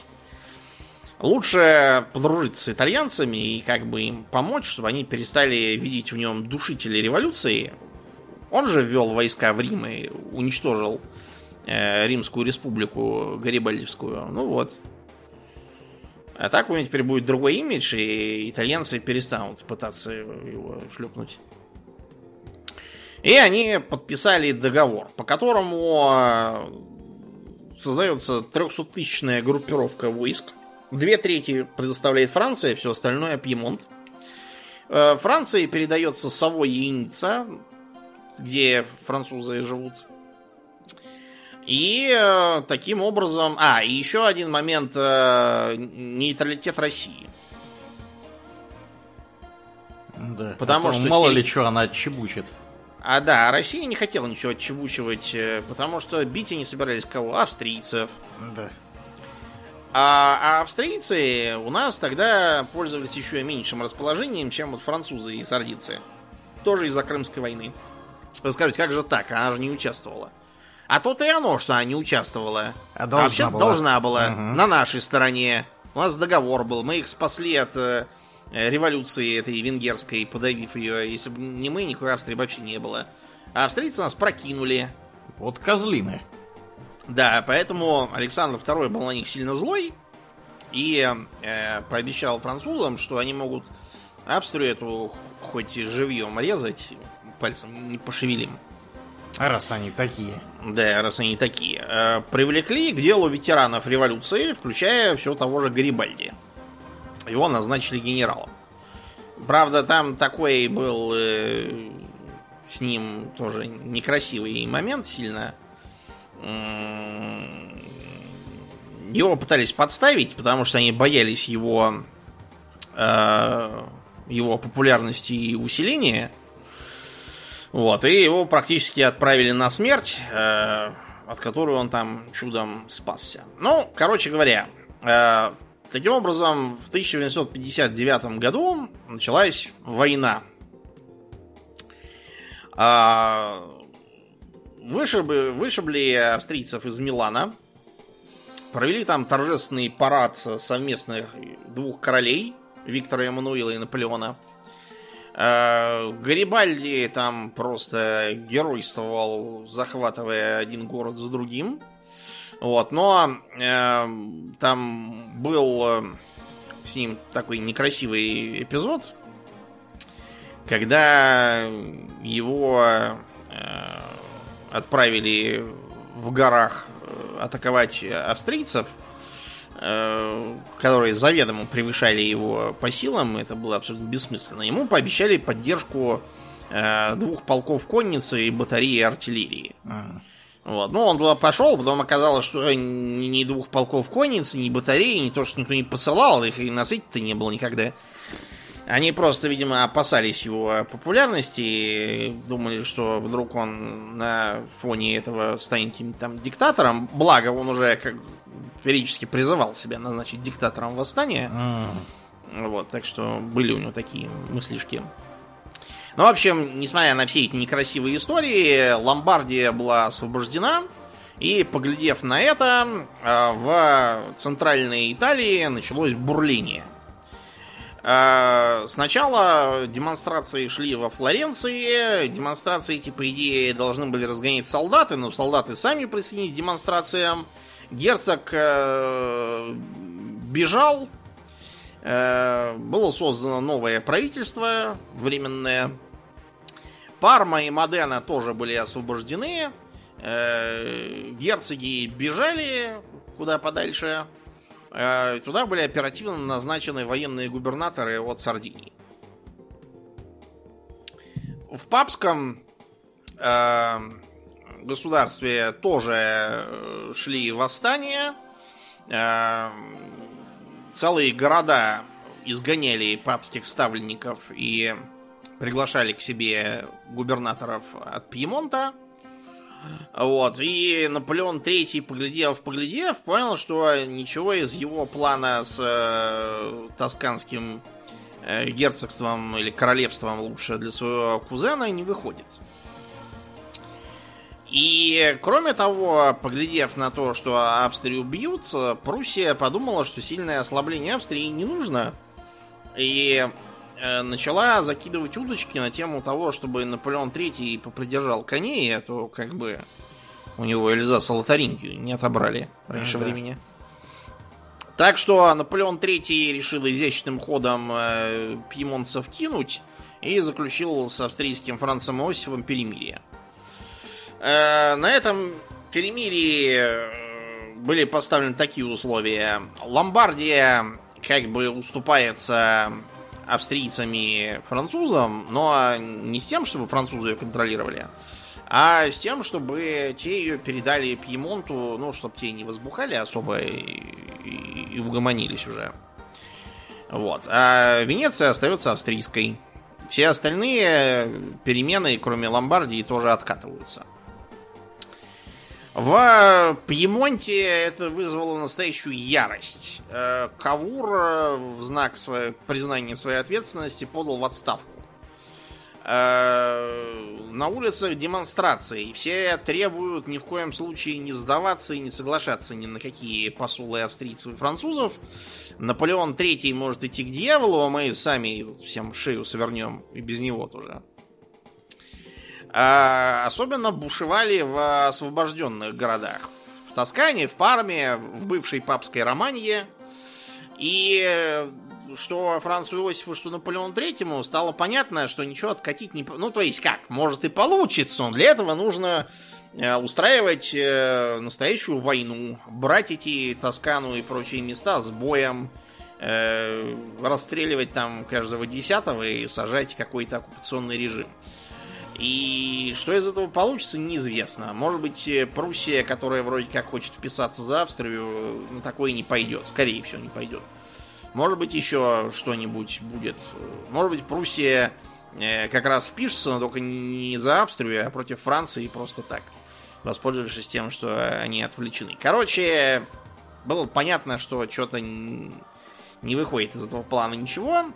Лучше подружиться с итальянцами и как бы им помочь, чтобы они перестали видеть в нем душителей революции. Он же ввел войска в Рим и уничтожил э, Римскую республику Гарибальдивскую. Ну вот. А так у него теперь будет другой имидж, и итальянцы перестанут пытаться его шлепнуть. И они подписали договор, по которому создается трехсоттысячная группировка войск. Две трети предоставляет Франция, все остальное Пьемонт. Франции передается Савойя и Ницца, где французы живут. И э, таким образом... А, и еще один момент. Э, нейтралитет России. Да, потому что... Мало ли что она отчебучит. А да, Россия не хотела ничего отчебучивать, потому что бить они собирались кого? Австрийцев. Да. А, а австрийцы у нас тогда пользовались еще меньшим расположением, чем вот французы и сардинцы. Тоже из-за Крымской войны. Вы скажете, как же так? Она же не участвовала. А то-то и оно, что она не участвовала. А должна а вообще была. должна была. Угу. На нашей стороне. У нас договор был. Мы их спасли от э, революции этой венгерской, подавив ее. Если бы не мы, никакой Австрии вообще не было. А австрийцы нас прокинули. Вот козлины. Да, поэтому Александр второй был на них сильно злой. И э, пообещал французам, что они могут Австрию эту хоть живьем резать, пальцем не пошевелим. Раз они такие. Да, раз они такие. Э, привлекли к делу ветеранов революции, включая все того же Гарибальди. Его назначили генералом. Правда, там такой был э, с ним тоже некрасивый момент сильно. Его пытались подставить, потому что они боялись его, э, его популярности и усиления. Вот, и его практически отправили на смерть, э, от которой он там чудом спасся. Ну, короче говоря, э, таким образом, в тысяча восемьсот пятьдесят девятом году началась война. Э, вышибли, вышибли австрийцев из Милана, провели там торжественный парад совместных двух королей, Виктора Эммануила и Наполеона. Гарибальди там просто геройствовал, захватывая один город за другим. Вот, но э, там был э, с ним такой некрасивый эпизод, когда его э, отправили в горах атаковать австрийцев, которые заведомо превышали его по силам. Это было абсолютно бессмысленно. Ему пообещали поддержку э, двух полков конницы и батареи артиллерии. А. Вот. Ну, он туда пошел, потом оказалось, что ни, ни двух полков конницы, ни батареи, ни то, что никто не посылал, их и на свете-то не было никогда. Они просто, видимо, опасались его популярности и думали, что вдруг он на фоне этого станет каким-то там диктатором. Благо, он уже как периодически призывал себя назначить диктатором восстания. Mm. Вот, так что были у него такие мыслишки. Ну, в общем, несмотря на все эти некрасивые истории, Ломбардия была освобождена. И, поглядев на это, в центральной Италии началось бурление. Сначала демонстрации шли во Флоренции. Демонстрации эти, по идее, должны были разгонять солдаты, но солдаты сами присоединились к демонстрациям. Герцог э, бежал. Э, было создано новое правительство временное. Парма и Модена тоже были освобождены. Э, герцоги бежали куда подальше. Э, туда были оперативно назначены военные губернаторы от Сардинии. В папском э, государстве тоже шли восстания. Целые города изгоняли папских ставленников и приглашали к себе губернаторов от Пьемонта. Вот. И Наполеон третий, поглядев, поглядев, понял, что ничего из его плана с э, тосканским э, герцогством или королевством лучше для своего кузена не выходит. И, кроме того, поглядев на то, что Австрию бьют, Пруссия подумала, что сильное ослабление Австрии не нужно. И э, начала закидывать удочки на тему того, чтобы Наполеон третий попридержал коней, а то как бы у него Эльзаса Лотарингию не отобрали раньше да. времени. Так что Наполеон третий решил изящным ходом э, пьемонцев кинуть и заключил с австрийским Францем Иосифом перемирие. На этом перемирии были поставлены такие условия. Ломбардия как бы уступается австрийцам и французам, но не с тем, чтобы французы ее контролировали, а с тем, чтобы те ее передали Пьемонту, ну, чтобы те не возбухали особо и, и, и угомонились уже. Вот. А Венеция остается австрийской. Все остальные перемены, кроме Ломбардии, тоже откатываются. В Пьемонте это вызвало настоящую ярость. Кавур в знак своей, признания своей ответственности подал в отставку. На улицах демонстрации. Все требуют ни в коем случае не сдаваться и не соглашаться ни на какие посулы австрийцев и французов. Наполеон третий может идти к дьяволу, а мы сами всем шею свернем и без него тоже. Особенно бушевали в освобожденных городах. В Тоскане, в Парме, в бывшей папской Романье. И что Францу Иосифу, что Наполеону третьему стало понятно, что ничего откатить не... Ну, то есть как? Может и получится, но для этого нужно устраивать настоящую войну. Брать эти Тоскану и прочие места с боем. Расстреливать там каждого десятого и сажать какой-то оккупационный режим. И что из этого получится, неизвестно. Может быть, Пруссия, которая вроде как хочет вписаться за Австрию, на такое не пойдет. Скорее всего, не пойдет. Может быть, еще что-нибудь будет. Может быть, Пруссия как раз впишется, но только не за Австрию, а против Франции просто так. Воспользовавшись тем, что они отвлечены. Короче, было понятно, что что-то не выходит из этого плана ничего.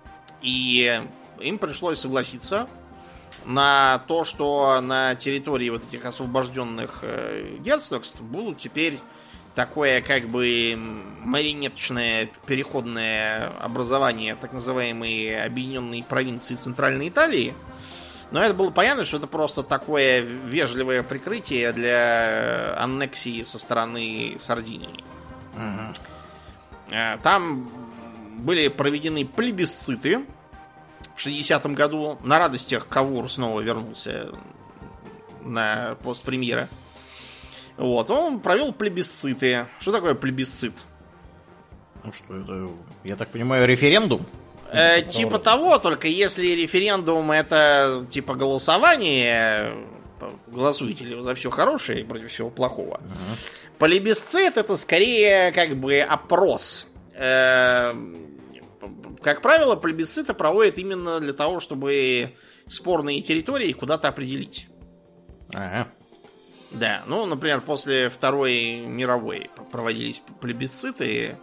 И им пришлось согласиться на то, что на территории вот этих освобожденных э, герцогств будут теперь такое как бы марионеточное переходное образование, так называемые объединенные провинции Центральной Италии. Но это было понятно, что это просто такое вежливое прикрытие для аннексии со стороны Сардинии. Uh-huh. Там были проведены плебисциты. В шестидесятом году на радостях Кавур снова вернулся на пост премьера. Вот, он провел плебисциты. Что такое плебисцит? Ну что это, я так понимаю, референдум? Э, типа того, только если референдум это типа голосование, голосуете ли вы за все хорошее и против всего плохого. Uh-huh. Плебисцит это скорее как бы опрос. Э, Как правило, плебисциты проводят именно для того, чтобы спорные территории куда-то определить. Ага. Да, ну, например, после Второй мировой проводились плебисциты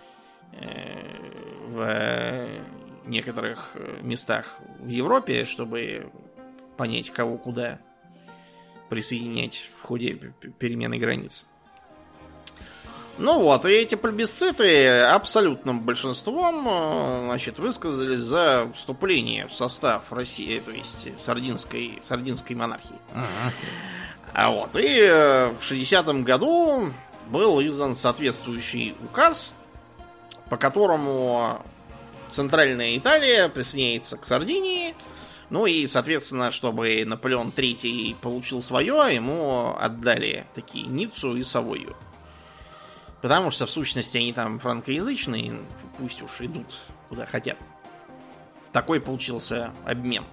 в некоторых местах в Европе, чтобы понять, кого куда присоединять в ходе перемены границ. Ну вот, и эти плебисциты абсолютным большинством, значит, высказались за вступление в состав России, то есть сардинской, сардинской монархии. Uh-huh. А вот, и в шестидесятом году был издан соответствующий указ, по которому Центральная Италия присоединяется к Сардинии. Ну и, соответственно, чтобы Наполеон третий получил свое, ему отдали такие Ниццу и Савойю. Потому что, в сущности, они там франкоязычные, пусть уж идут куда хотят. Такой получился обмен.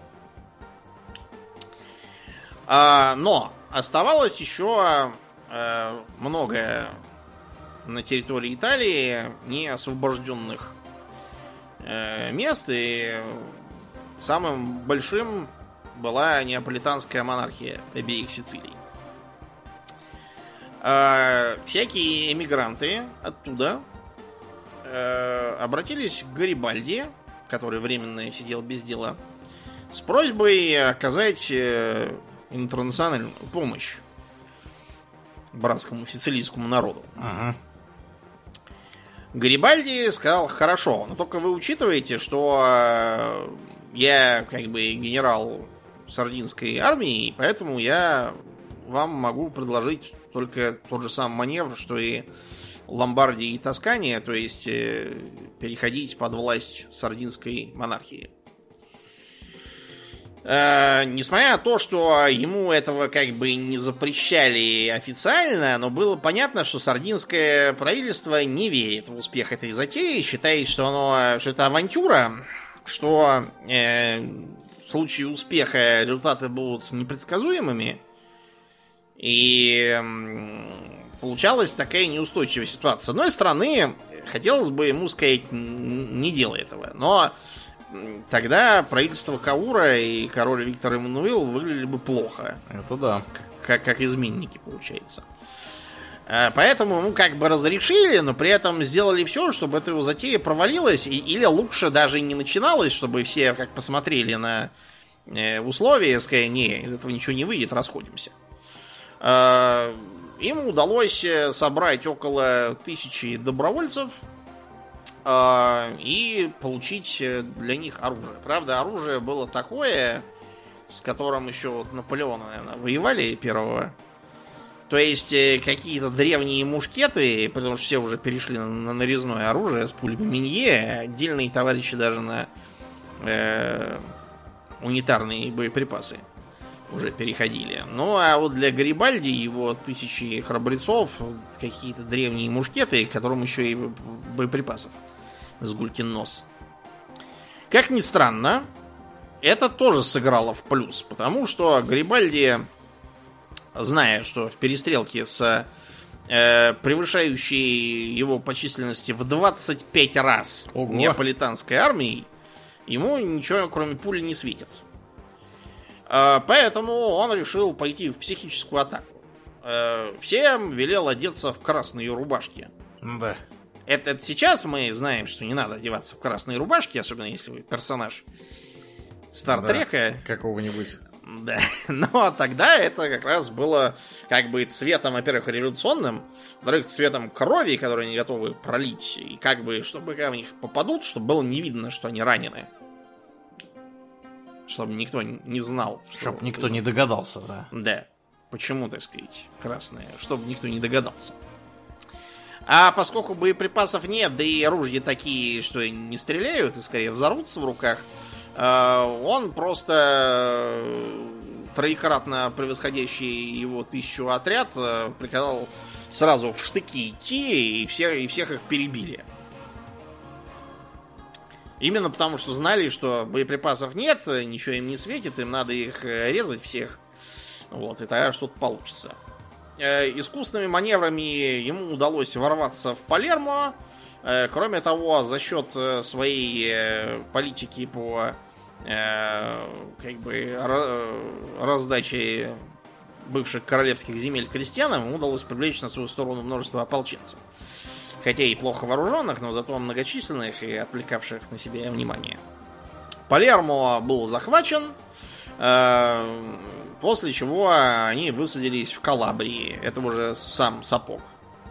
А, но оставалось еще а, много на территории Италии не освобожденных а, мест, и самым большим была неаполитанская монархия обеих Сицилий. э, всякие эмигранты оттуда э, обратились к Гарибальди, который временно сидел без дела, с просьбой оказать э, интернациональную помощь братскому сицилийскому народу. Ага. Гарибальди сказал: хорошо, но только вы учитываете, что э, я как бы генерал сардинской армии, и поэтому я вам могу предложить только тот же самый маневр, что и Ломбардия и Тоскания, то есть э, переходить под власть сардинской монархии. Э, несмотря на то, что ему этого как бы не запрещали официально, но было понятно, что сардинское правительство не верит в успех этой затеи, считает, что, оно, что это авантюра, что э, в случае успеха результаты будут непредсказуемыми, и э, получалась такая неустойчивая ситуация. С одной стороны, хотелось бы ему сказать: не делай этого, но тогда правительство Каура и король Виктор Эммануил выглядели бы плохо. Это да. Как, как изменники, получается. Поэтому ему как бы разрешили, но при этом сделали все, чтобы эта его затея провалилась, и, или лучше даже не начиналась, чтобы все как посмотрели на условия и сказали: не, из этого ничего не выйдет, расходимся. Им удалось собрать около тысячи добровольцев и получить для них оружие. Правда, оружие было такое, с которым еще вот Наполеон, наверное, воевали первого. То есть какие-то древние мушкеты, потому что все уже перешли на, на нарезное оружие с пулями Минье, отдельные товарищи даже на э, унитарные боеприпасы уже переходили. Ну, а вот для Гарибальди его тысячи храбрецов какие-то древние мушкеты, которым еще и боеприпасов с гулькин нос. Как ни странно, это тоже сыграло в плюс, потому что Гарибальди, зная, что в перестрелке с э, превышающей его по численности в двадцать пять раз Ого. неаполитанской армией, ему ничего кроме пули не светит. Э, поэтому он решил пойти в психическую атаку. Э, всем велел одеться в красные рубашки. Да. Это, это сейчас мы знаем, что не надо одеваться в красные рубашки, особенно если вы персонаж Стартрека. Да, какого-нибудь. Да, но тогда это как раз было как бы цветом, во-первых, революционным, во-вторых, цветом крови, которую они готовы пролить, и как бы, чтобы когда в них попадут, чтобы было не видно, что они ранены. Чтобы никто не знал. Чтобы никто не догадался, да. Да. Почему, так сказать, красное? Чтобы никто не догадался. А поскольку боеприпасов нет, да и оружия такие, что не стреляют, и скорее взорвутся в руках, он просто троекратно превосходящий его тысячу отряд приказал сразу в штыки идти, и, все, и всех их перебили. Именно потому, что знали, что боеприпасов нет, ничего им не светит, им надо их резать всех. Вот, и тогда что-то получится. Искусственными маневрами ему удалось ворваться в Палермо. Кроме того, за счет своей политики по как бы раздаче бывших королевских земель крестьянам, ему удалось привлечь на свою сторону множество ополченцев. Хотя и плохо вооруженных, но зато многочисленных и отвлекавших на себя внимание. Палермо был захвачен, после чего они высадились в Калабрии. Это уже сам Сапог.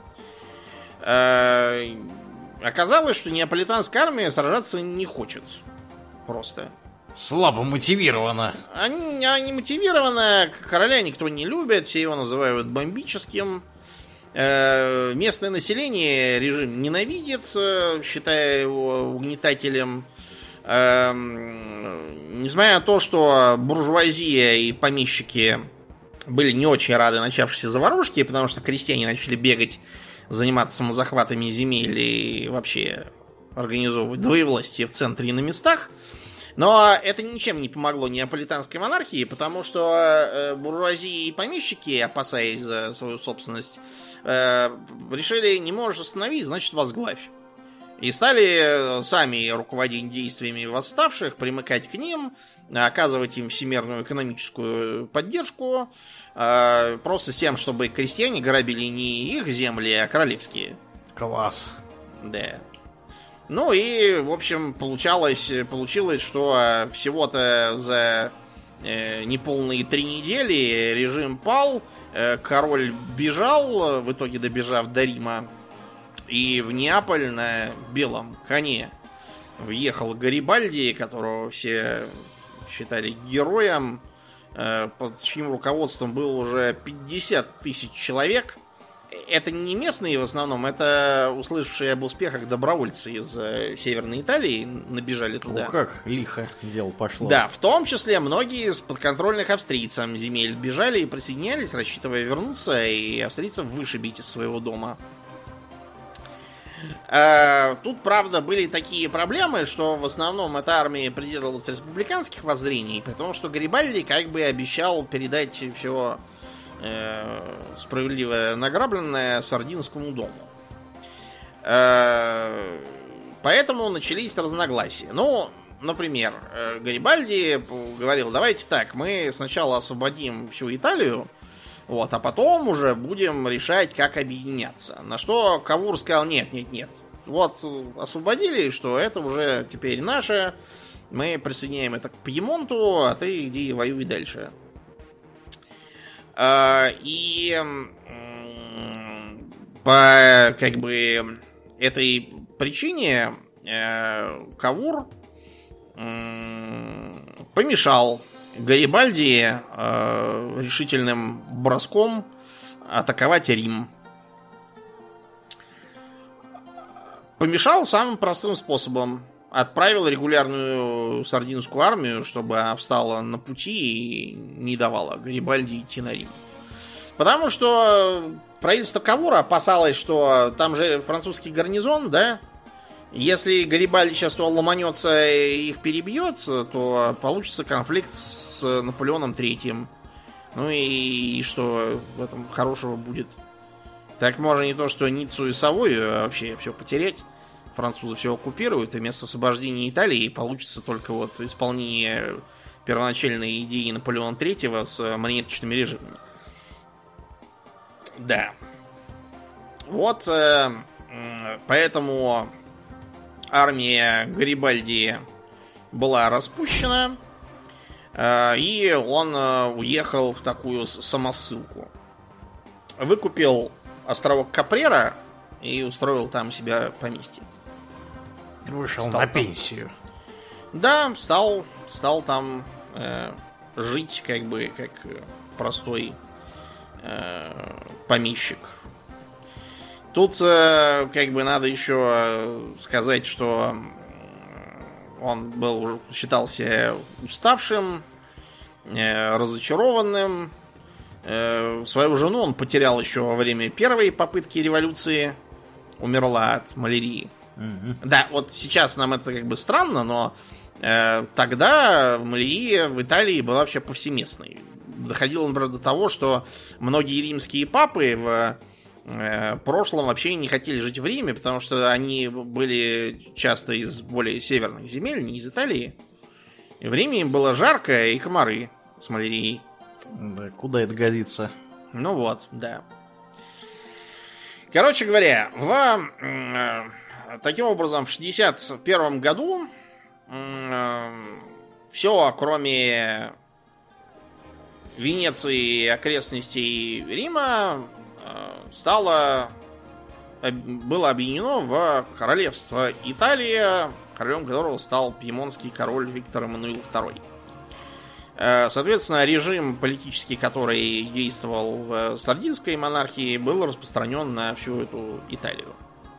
Оказалось, что неаполитанская армия сражаться не хочет. Просто. Слабо мотивировано. Они, они мотивированы, короля никто не любит, все его называют бомбическим. Э, местное население режим ненавидит, считая его угнетателем. Э, несмотря на то, что буржуазия и помещики были не очень рады начавшейся заварушке, потому что крестьяне начали бегать, заниматься самозахватами земель и вообще организовывать двоевластие в центре и на местах. Но это ничем не помогло неаполитанской монархии, потому что буржуазии и помещики, опасаясь за свою собственность, решили: не можешь остановить, значит возглавь. И стали сами руководить действиями восставших, примыкать к ним, оказывать им всемирную экономическую поддержку, просто с тем, чтобы крестьяне грабили не их земли, а королевские. Класс. Да. Ну и, в общем, получалось, получилось, что всего-то за э, неполные три недели режим пал, э, король бежал, в итоге добежав до Рима, и в Неаполь на белом коне въехал Гарибальди, которого все считали героем, э, под чьим руководством было уже пятьдесят тысяч человек. Это не местные в основном, это услышавшие об успехах добровольцы из э, Северной Италии набежали туда. О, как лихо дело пошло. Да, в том числе многие из подконтрольных австрийцам земель бежали и присоединялись, рассчитывая вернуться и австрийцев вышибить из своего дома. А, тут, правда, были такие проблемы, что в основном эта армия придерживалась республиканских воззрений, потому что Гарибальди как бы обещал передать все справедливо награбленное Сардинскому дому. Поэтому начались разногласия. Ну, например, Гарибальди говорил: давайте так, мы сначала освободим всю Италию, вот, а потом уже будем решать, как объединяться. На что Кавур сказал: нет, нет, нет. Вот освободили, что это уже теперь наше, мы присоединяем это к Пьемонту, а ты иди воюй дальше. И по как бы этой причине Кавур помешал Гарибальди решительным броском атаковать Рим. Помешал самым простым способом. Отправил регулярную сардинскую армию, чтобы она встала на пути и не давала Гарибальди идти на Рим. Потому что правительство Кавура опасалось, что там же французский гарнизон, да? Если Гарибальди сейчас то ломанется и их перебьет, то получится конфликт с Наполеоном Третьим. Ну и, и что в этом хорошего будет? Так можно не то, что Ниццу и Савою, а вообще все потерять. Французы все оккупируют, и вместо освобождения Италии получится только вот исполнение первоначальной идеи Наполеона Третьего с марионеточными режимами. Да. Вот э, поэтому армия Гарибальди была распущена, э, и он э, уехал в такую самоссылку. Выкупил островок Капрера и устроил там себя поместье. Вышел стал на там. пенсию. Да, стал, стал там э, жить как бы как простой э, помещик. Тут э, как бы надо еще сказать, что он был, считался уставшим, э, разочарованным. Э, свою жену он потерял еще во время первой попытки революции. Умерла от малярии. Mm-hmm. Да, вот сейчас нам это как бы странно, но э, тогда малярия в Италии была вообще повсеместной. Доходило, например, до того, что многие римские папы в э, прошлом вообще не хотели жить в Риме, потому что они были часто из более северных земель, не из Италии. И в Риме им было жарко и комары с малярией. Да, куда это годится? Ну вот, да. Короче говоря, в, э, таким образом, в шестьдесят первом году э, все, кроме Венеции и окрестностей Рима, э, стало, было объединено в королевство Италия, королем которого стал пьемонтский король Виктор Эммануил второй. Соответственно, режим политический, который действовал в Сардинской монархии, был распространен на всю эту Италию.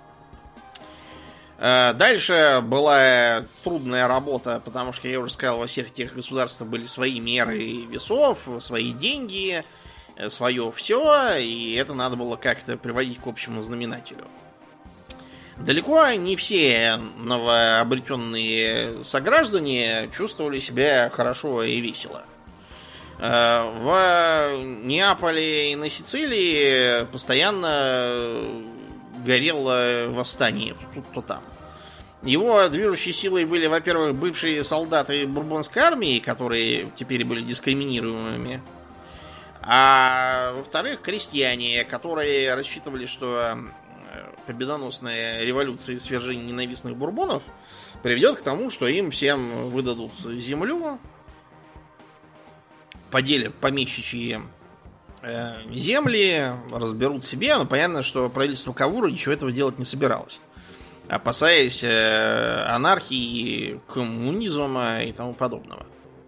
Дальше была трудная работа, потому что, я уже сказал, во всех этих государствах были свои меры весов, свои деньги, свое все, и это надо было как-то приводить к общему знаменателю. Далеко не все новообретенные сограждане чувствовали себя хорошо и весело. В Неаполе и на Сицилии постоянно горело восстание тут, то там. Его движущей силой были, во-первых, бывшие солдаты бурбонской армии, которые теперь были дискриминируемыми. А во-вторых, крестьяне, которые рассчитывали, что победоносная революция и свержение ненавистных бурбонов приведет к тому, что им всем выдадут землю, поделят помещичьи э, земли, разберут себе. Но понятно, что правительство Кавура ничего этого делать не собиралось, опасаясь э, анархии, коммунизма и тому подобного.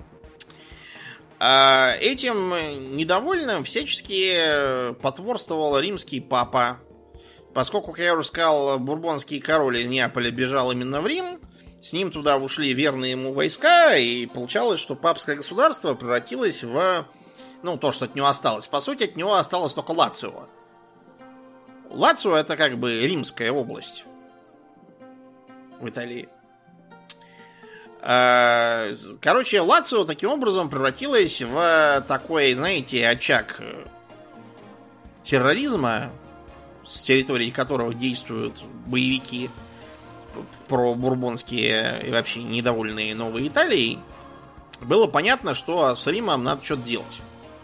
А этим недовольным всячески потворствовал римский папа. Поскольку, как я уже сказал, бурбонский король из Неаполя бежал именно в Рим, с ним туда ушли верные ему войска, и получалось, что папское государство превратилось в... Ну, то, что от него осталось. По сути, от него осталось только Лацио. Лацио — это как бы римская область в Италии. Короче, Лацио таким образом превратилась в такой, знаете, очаг терроризма, с территории которого действуют боевики про бурбонские и вообще недовольные Новой Италией. Было понятно, что с Римом надо что-то делать.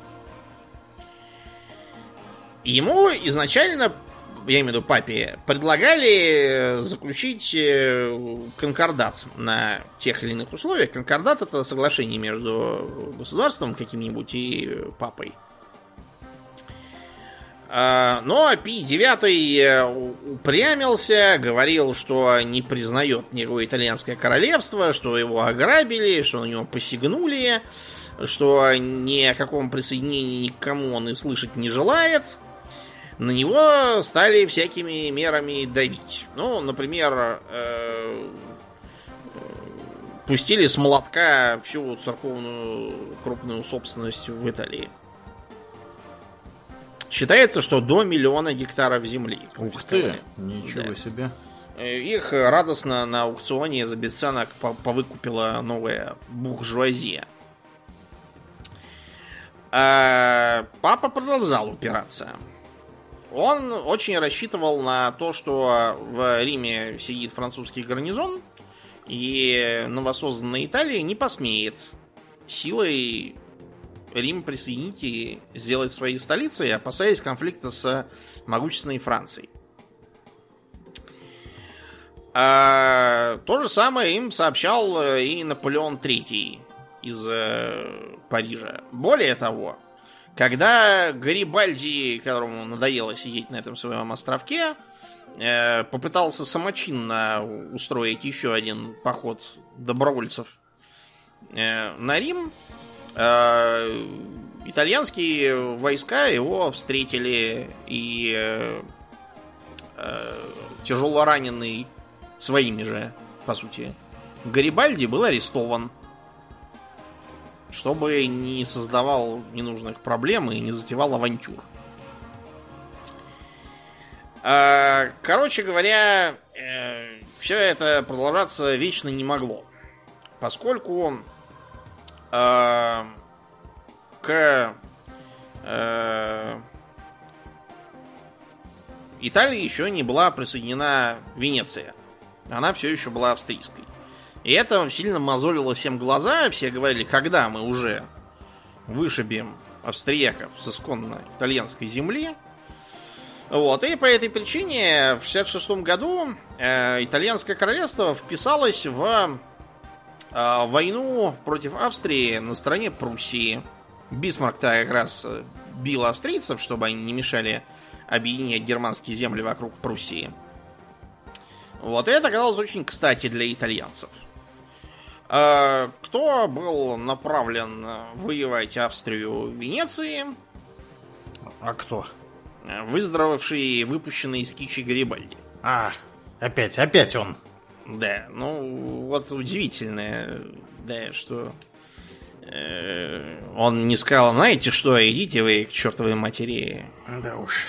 Ему изначально, я имею в виду папе, предлагали заключить конкордат на тех или иных условиях. Конкордат — это соглашение между государством каким-нибудь и папой. Но Пий девятый упрямился, говорил, что не признает никакое итальянское королевство, что его ограбили, что на него посягнули, что ни о каком присоединении никому он и слышать не желает. На него стали всякими мерами давить. Ну, например, э, пустили с молотка всю церковную крупную собственность в Италии. Считается, что до миллиона гектаров земли. Ух ты, ничего да. себе. Их радостно на аукционе за бесценок повыкупила новая буржуазия. А папа продолжал упираться. Он очень рассчитывал на то, что в Риме сидит французский гарнизон, и новосозданная Италия не посмеет силой Рим присоединить и сделать своей столицей, опасаясь конфликта с могущественной Францией. А то же самое им сообщал и Наполеон Третий из э, Парижа. Более того, когда Гарибальди, которому надоело сидеть на этом своем островке, э, попытался самочинно устроить еще один поход добровольцев э, на Рим, э, итальянские войска его встретили, и э, э, тяжело раненый своими же, по сути, Гарибальди был арестован, чтобы не создавал ненужных проблем и не затевал авантюр. Короче говоря, все это продолжаться вечно не могло, поскольку к Италии еще не была присоединена Венеция. Она все еще была австрийской. И это сильно мозолило всем глаза. Все говорили, когда мы уже вышибем австрияков с исконно итальянской земли. Вот. И по этой причине в шестьдесят шестом году э, итальянское королевство вписалось в э, войну против Австрии на стороне Пруссии. Бисмарк-то как раз бил австрийцев, чтобы они не мешали объединять германские земли вокруг Пруссии. Вот. И это оказалось очень кстати для итальянцев. Кто был направлен воевать Австрию в Венеции? А кто? Выздоровевший и выпущенный из кичи Гарибальди. А, опять, опять он. Да, ну вот удивительно, да, что э, он не сказал, знаете что, идите вы к чертовой матери. Да уж.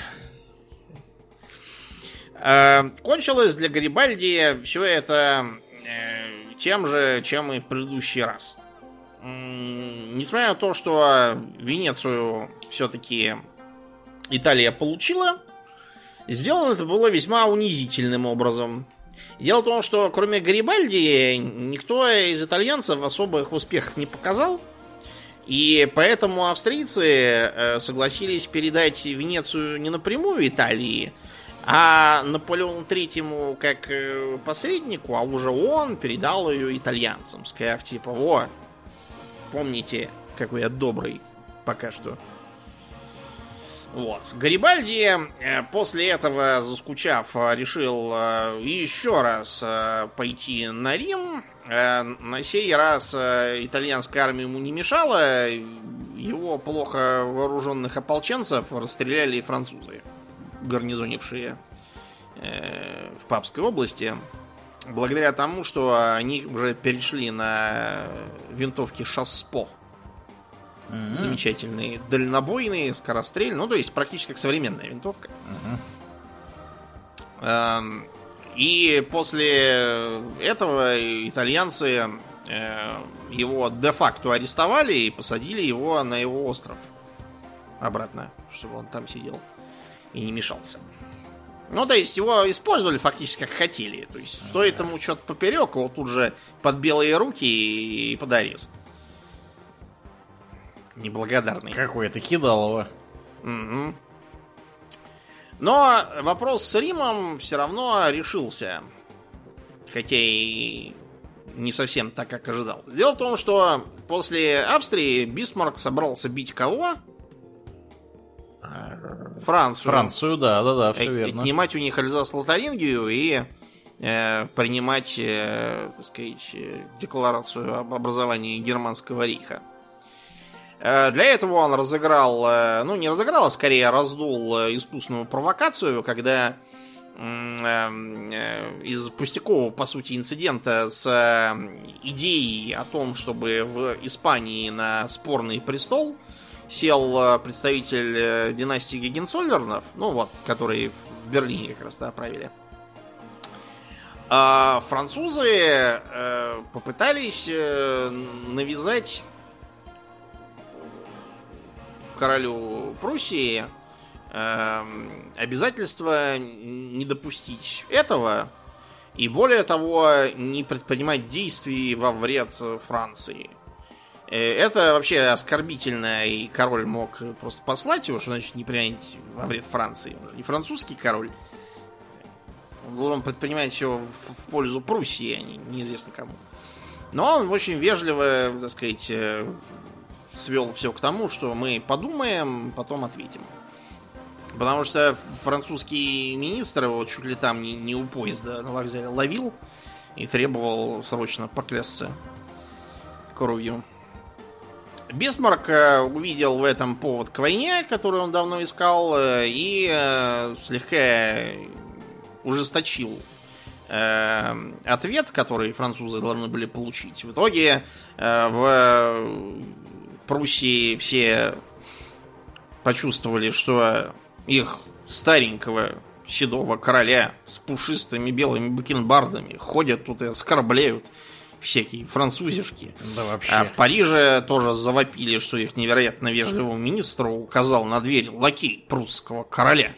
Э, кончилось для Гарибальди все это э, тем же, чем и в предыдущий раз. М-м, несмотря на то, что Венецию все-таки Италия получила, сделано это было весьма унизительным образом. Дело в том, что кроме Гарибальди никто из итальянцев особых успехов не показал. И поэтому австрийцы согласились передать Венецию не напрямую Италии, а Наполеону Третьему как посреднику, а уже он передал ее итальянцам, сказав типа: «Во, помните, какой я добрый пока что». Вот. Гарибальди после этого, заскучав, решил еще раз пойти на Рим. На сей раз итальянская армия ему не мешала. Его плохо вооруженных ополченцев расстреляли французы, гарнизонившие в Папской области, благодаря тому, что они уже перешли на винтовки Шаспо. Mm-hmm. Замечательные, дальнобойные, скорострельные. Ну, то есть практически как современная винтовка. Mm-hmm. И после этого итальянцы его де-факто арестовали и посадили его на его остров обратно, чтобы он там сидел и не мешался. Ну, то есть его использовали фактически как хотели. То есть стоит ему что-то поперек, его тут же под белые руки и под арест. Неблагодарный. Какое-то кидалово. Угу. Но вопрос с Римом все равно решился. Хотя и не совсем так, как ожидал. Дело в том, что после Австрии Бисмарк собрался бить кого? Францию. Францию, да, да, да, все верно. Отнимать у них Эльзас-Лотарингию и э, принимать, э, так сказать, декларацию об образовании Германского рейха. Для этого он разыграл, ну не разыграл, а скорее раздул искусственную провокацию, когда из пустякового, по сути, инцидента с идеей о том, чтобы в Испании на спорный престол сел представитель династии Гогенцоллернов, ну вот, который в Берлине как раз да, правили. А французы попытались навязать королю Пруссии э, обязательство не допустить этого и, более того, не предпринимать действий во вред Франции. Это вообще оскорбительно, и король мог просто послать его, что значит не принять во вред Франции. Он же не французский король. Он должен предпринимать все в, в пользу Пруссии, а не неизвестно кому. Но он очень вежливо, так сказать, свел все к тому, что мы подумаем, потом ответим. Потому что французский министр его чуть ли там не, не у поезда на вокзале ловил и требовал срочно поклясться кровью. Бисмарк увидел в этом повод к войне, которую он давно искал, и слегка ужесточил ответ, который французы должны были получить. В итоге в Пруссии все почувствовали, что их старенького седого короля с пушистыми белыми бакенбардами ходят тут и оскорбляют всякие французишки. Да вообще. А в Париже тоже завопили, что их невероятно вежливому министру указал на дверь лакей прусского короля.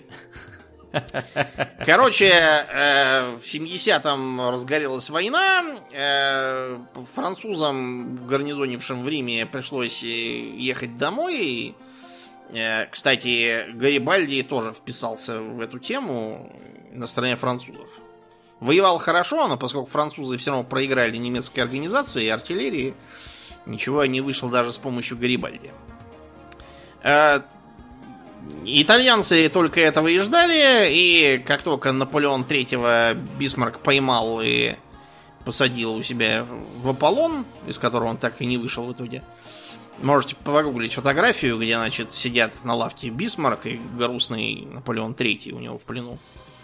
Короче, э, в семидесятом разгорелась война. Э, французам, гарнизонившим в Риме, пришлось ехать домой. Э, кстати, Гарибальди тоже вписался в эту тему на стороне французов. Воевал хорошо, но поскольку французы все равно проиграли немецкой организации и артиллерии, ничего не вышло даже с помощью Гарибальди. Э, Итальянцы только этого и ждали, и как только Наполеон Третьего Бисмарк поймал и посадил у себя в Аполлон, из которого он так и не вышел в итоге, можете погуглить фотографию, где, значит, сидят на лавке Бисмарк и грустный Наполеон Третий у него в плену.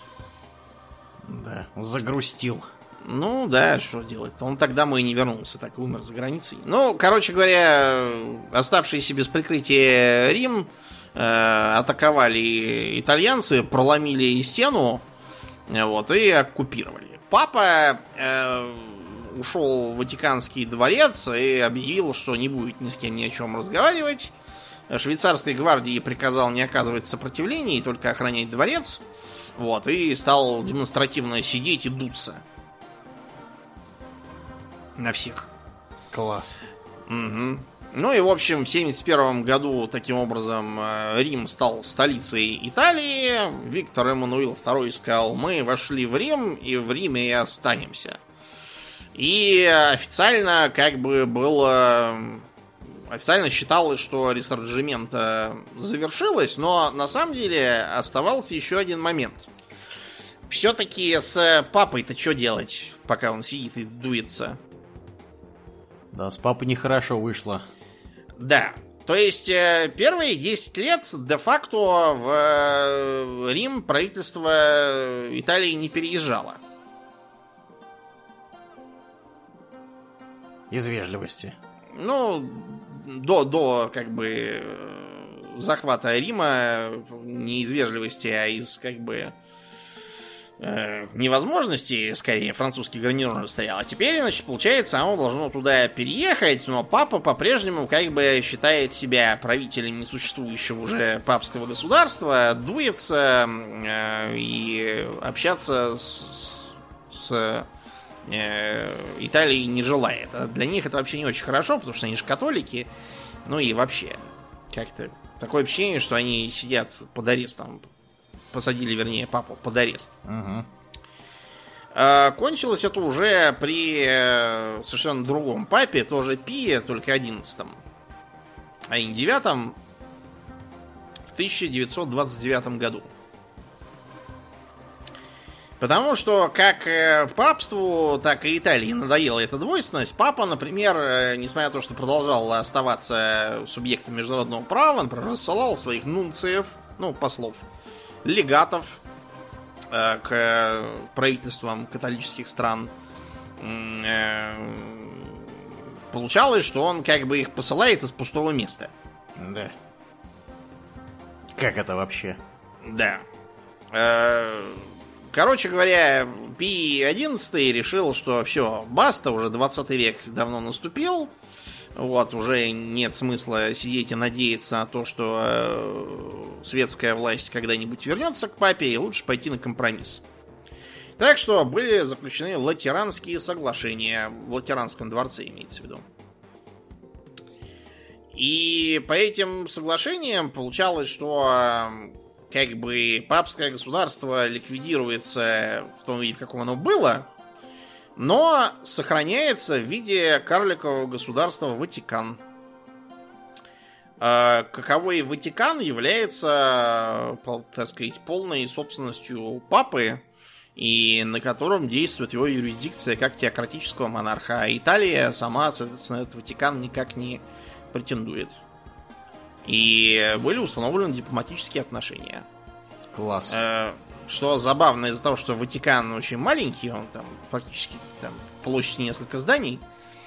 Да, загрустил. Ну да, что делать? Он тогда мы и не вернулся, так и умер за границей. Ну, короче говоря, оставшийся без прикрытия Рим атаковали итальянцы, проломили стену, вот, и оккупировали. Папа э, ушел в Ватиканский дворец и объявил, что не будет ни с кем ни о чем разговаривать. Швейцарской гвардии приказал не оказывать сопротивления и только охранять дворец. Вот, и стал демонстративно сидеть и дуться. На всех. Класс. Угу. Ну и, в общем, в семьдесят первом году, таким образом, Рим стал столицей Италии. Виктор Эммануил второй сказал: мы вошли в Рим, и в Риме и останемся. И официально, как бы, было... Официально считалось, что ресорджимента завершилось, но на самом деле оставался еще один момент. Все-таки с папой-то что делать, пока он сидит и дуется? Да, с папой нехорошо вышло. Да. То есть первые десять лет де-факто в Рим правительство Италии не переезжало. Из вежливости. Ну, до, до как бы захвата Рима не из вежливости, а из как бы э, невозможности, скорее, французский гарнизон стоял. А теперь, значит, получается, оно должно туда переехать, но папа по-прежнему как бы считает себя правителем несуществующего уже папского государства, дуется э, и общаться с, с Италии не желает. А для них это вообще не очень хорошо, потому что они же католики. Ну и вообще, как-то такое ощущение, что они сидят под арестом. Посадили, вернее, папу под арест. Угу. А, кончилось это уже при совершенно другом папе, тоже Пие, только одиннадцатом, а не девятом, в тысяча девятьсот двадцать девятом году. Потому что как папству, так и Италии надоела эта двойственность. Папа, например, несмотря на то, что продолжал оставаться субъектом международного права, например, рассылал своих нунциев, ну, послов, легатов э, к правительствам католических стран. Э, получалось, что он как бы их посылает из пустого места. Да. Как это вообще? Да. Э, Короче говоря, Пий одиннадцатый решил, что все, баста, уже двадцатый век давно наступил. Вот, уже нет смысла сидеть и надеяться на то, что э, светская власть когда-нибудь вернется к папе, и лучше пойти на компромисс. Так что были заключены латеранские соглашения. В Латеранском дворце имеется в виду. И по этим соглашениям получалось, что как бы папское государство ликвидируется в том виде, в каком оно было, но сохраняется в виде карликового государства Ватикан. Каковой Ватикан является, так сказать, полной собственностью папы, и на котором действует его юрисдикция как теократического монарха. А Италия сама, соответственно, этот Ватикан никак не претендует. И были установлены дипломатические отношения. Класс. Что забавно из-за того, что Ватикан очень маленький, он там фактически там, площадь несколько зданий,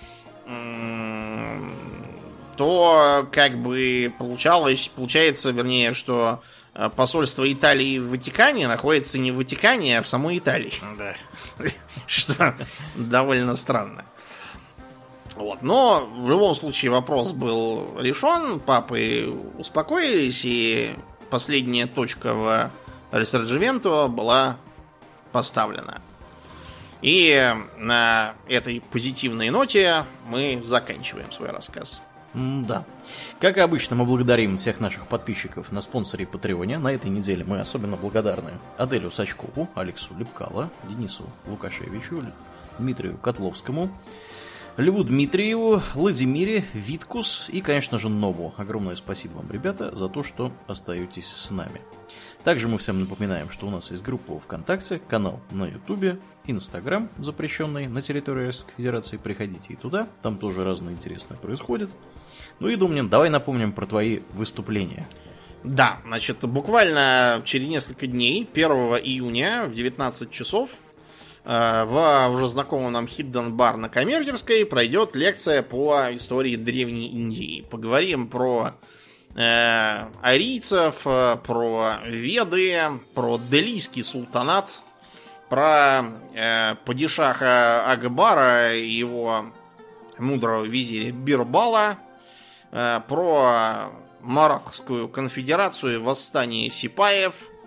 то как бы получалось, получается, вернее, что посольство Италии в Ватикане находится не в Ватикане, а в самой Италии. Да. Что довольно странно. Вот. Но в любом случае вопрос был решен, папы успокоились, и последняя точка в Ресорджименто была поставлена. И на этой позитивной ноте мы заканчиваем свой рассказ. Да. Как и обычно, мы благодарим всех наших подписчиков на спонсоре Патреоне. На этой неделе мы особенно благодарны Аделю Сачкову, Алексу Лепкало, Денису Лукашевичу, Дмитрию Котловскому, Льву Дмитриеву, Владимире, Виткус и, конечно же, Нову. Огромное спасибо вам, ребята, за то, что остаетесь с нами. Также мы всем напоминаем, что у нас есть группа ВКонтакте, канал на Ютубе, Инстаграм, запрещенный на территории Российской Федерации. Приходите и туда, там тоже разное интересное происходит. Ну и, Домнин, давай напомним про твои выступления. Да, значит, буквально через несколько дней, первого июня в девятнадцать часов, в уже знакомом нам Hidden Bar на Камергерской пройдет лекция по истории Древней Индии. Поговорим про э, арийцев, про Веды, про Делийский султанат, про э, падишаха Акбара и его мудрого визиря Бирбала, э, про Мароккскую конфедерацию, восстание сипаев,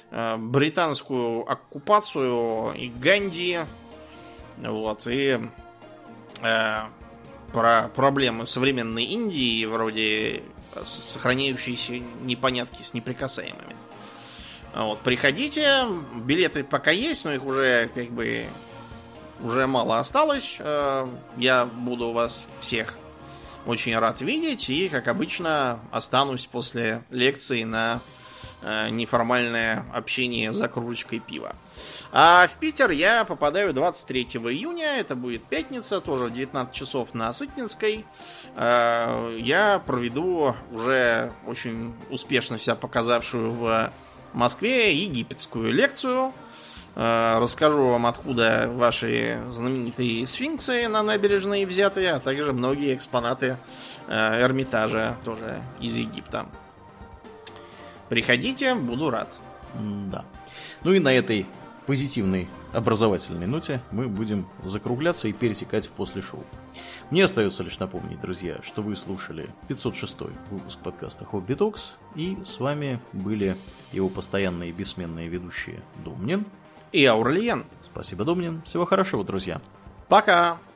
э, британскую оккупацию и Ганди, вот, и э, про проблемы современной Индии, вроде сохраняющиеся непонятки с неприкасаемыми. Вот, приходите, билеты пока есть, но их уже как бы уже мало осталось. Я буду вас всех очень рад видеть и, как обычно, останусь после лекции на неформальное общение за кружечкой пива. А в Питер я попадаю двадцать третьего июня, это будет пятница, тоже в девятнадцать часов на Сытнинской. Я проведу уже очень успешно себя показавшую в Москве египетскую лекцию. Расскажу вам, откуда ваши знаменитые сфинксы на набережной взяты, а также многие экспонаты Эрмитажа тоже из Египта. Приходите, буду рад. Да. Ну и на этой позитивной образовательной ноте мы будем закругляться и перетекать в после шоу. Мне остается лишь напомнить, друзья, что вы слушали пятьсот шестой выпуск подкаста Hobby Talks, и с вами были его постоянные бессменные ведущие Домнин и Аурлиен. Спасибо, Домнин. Всего хорошего, друзья. Пока.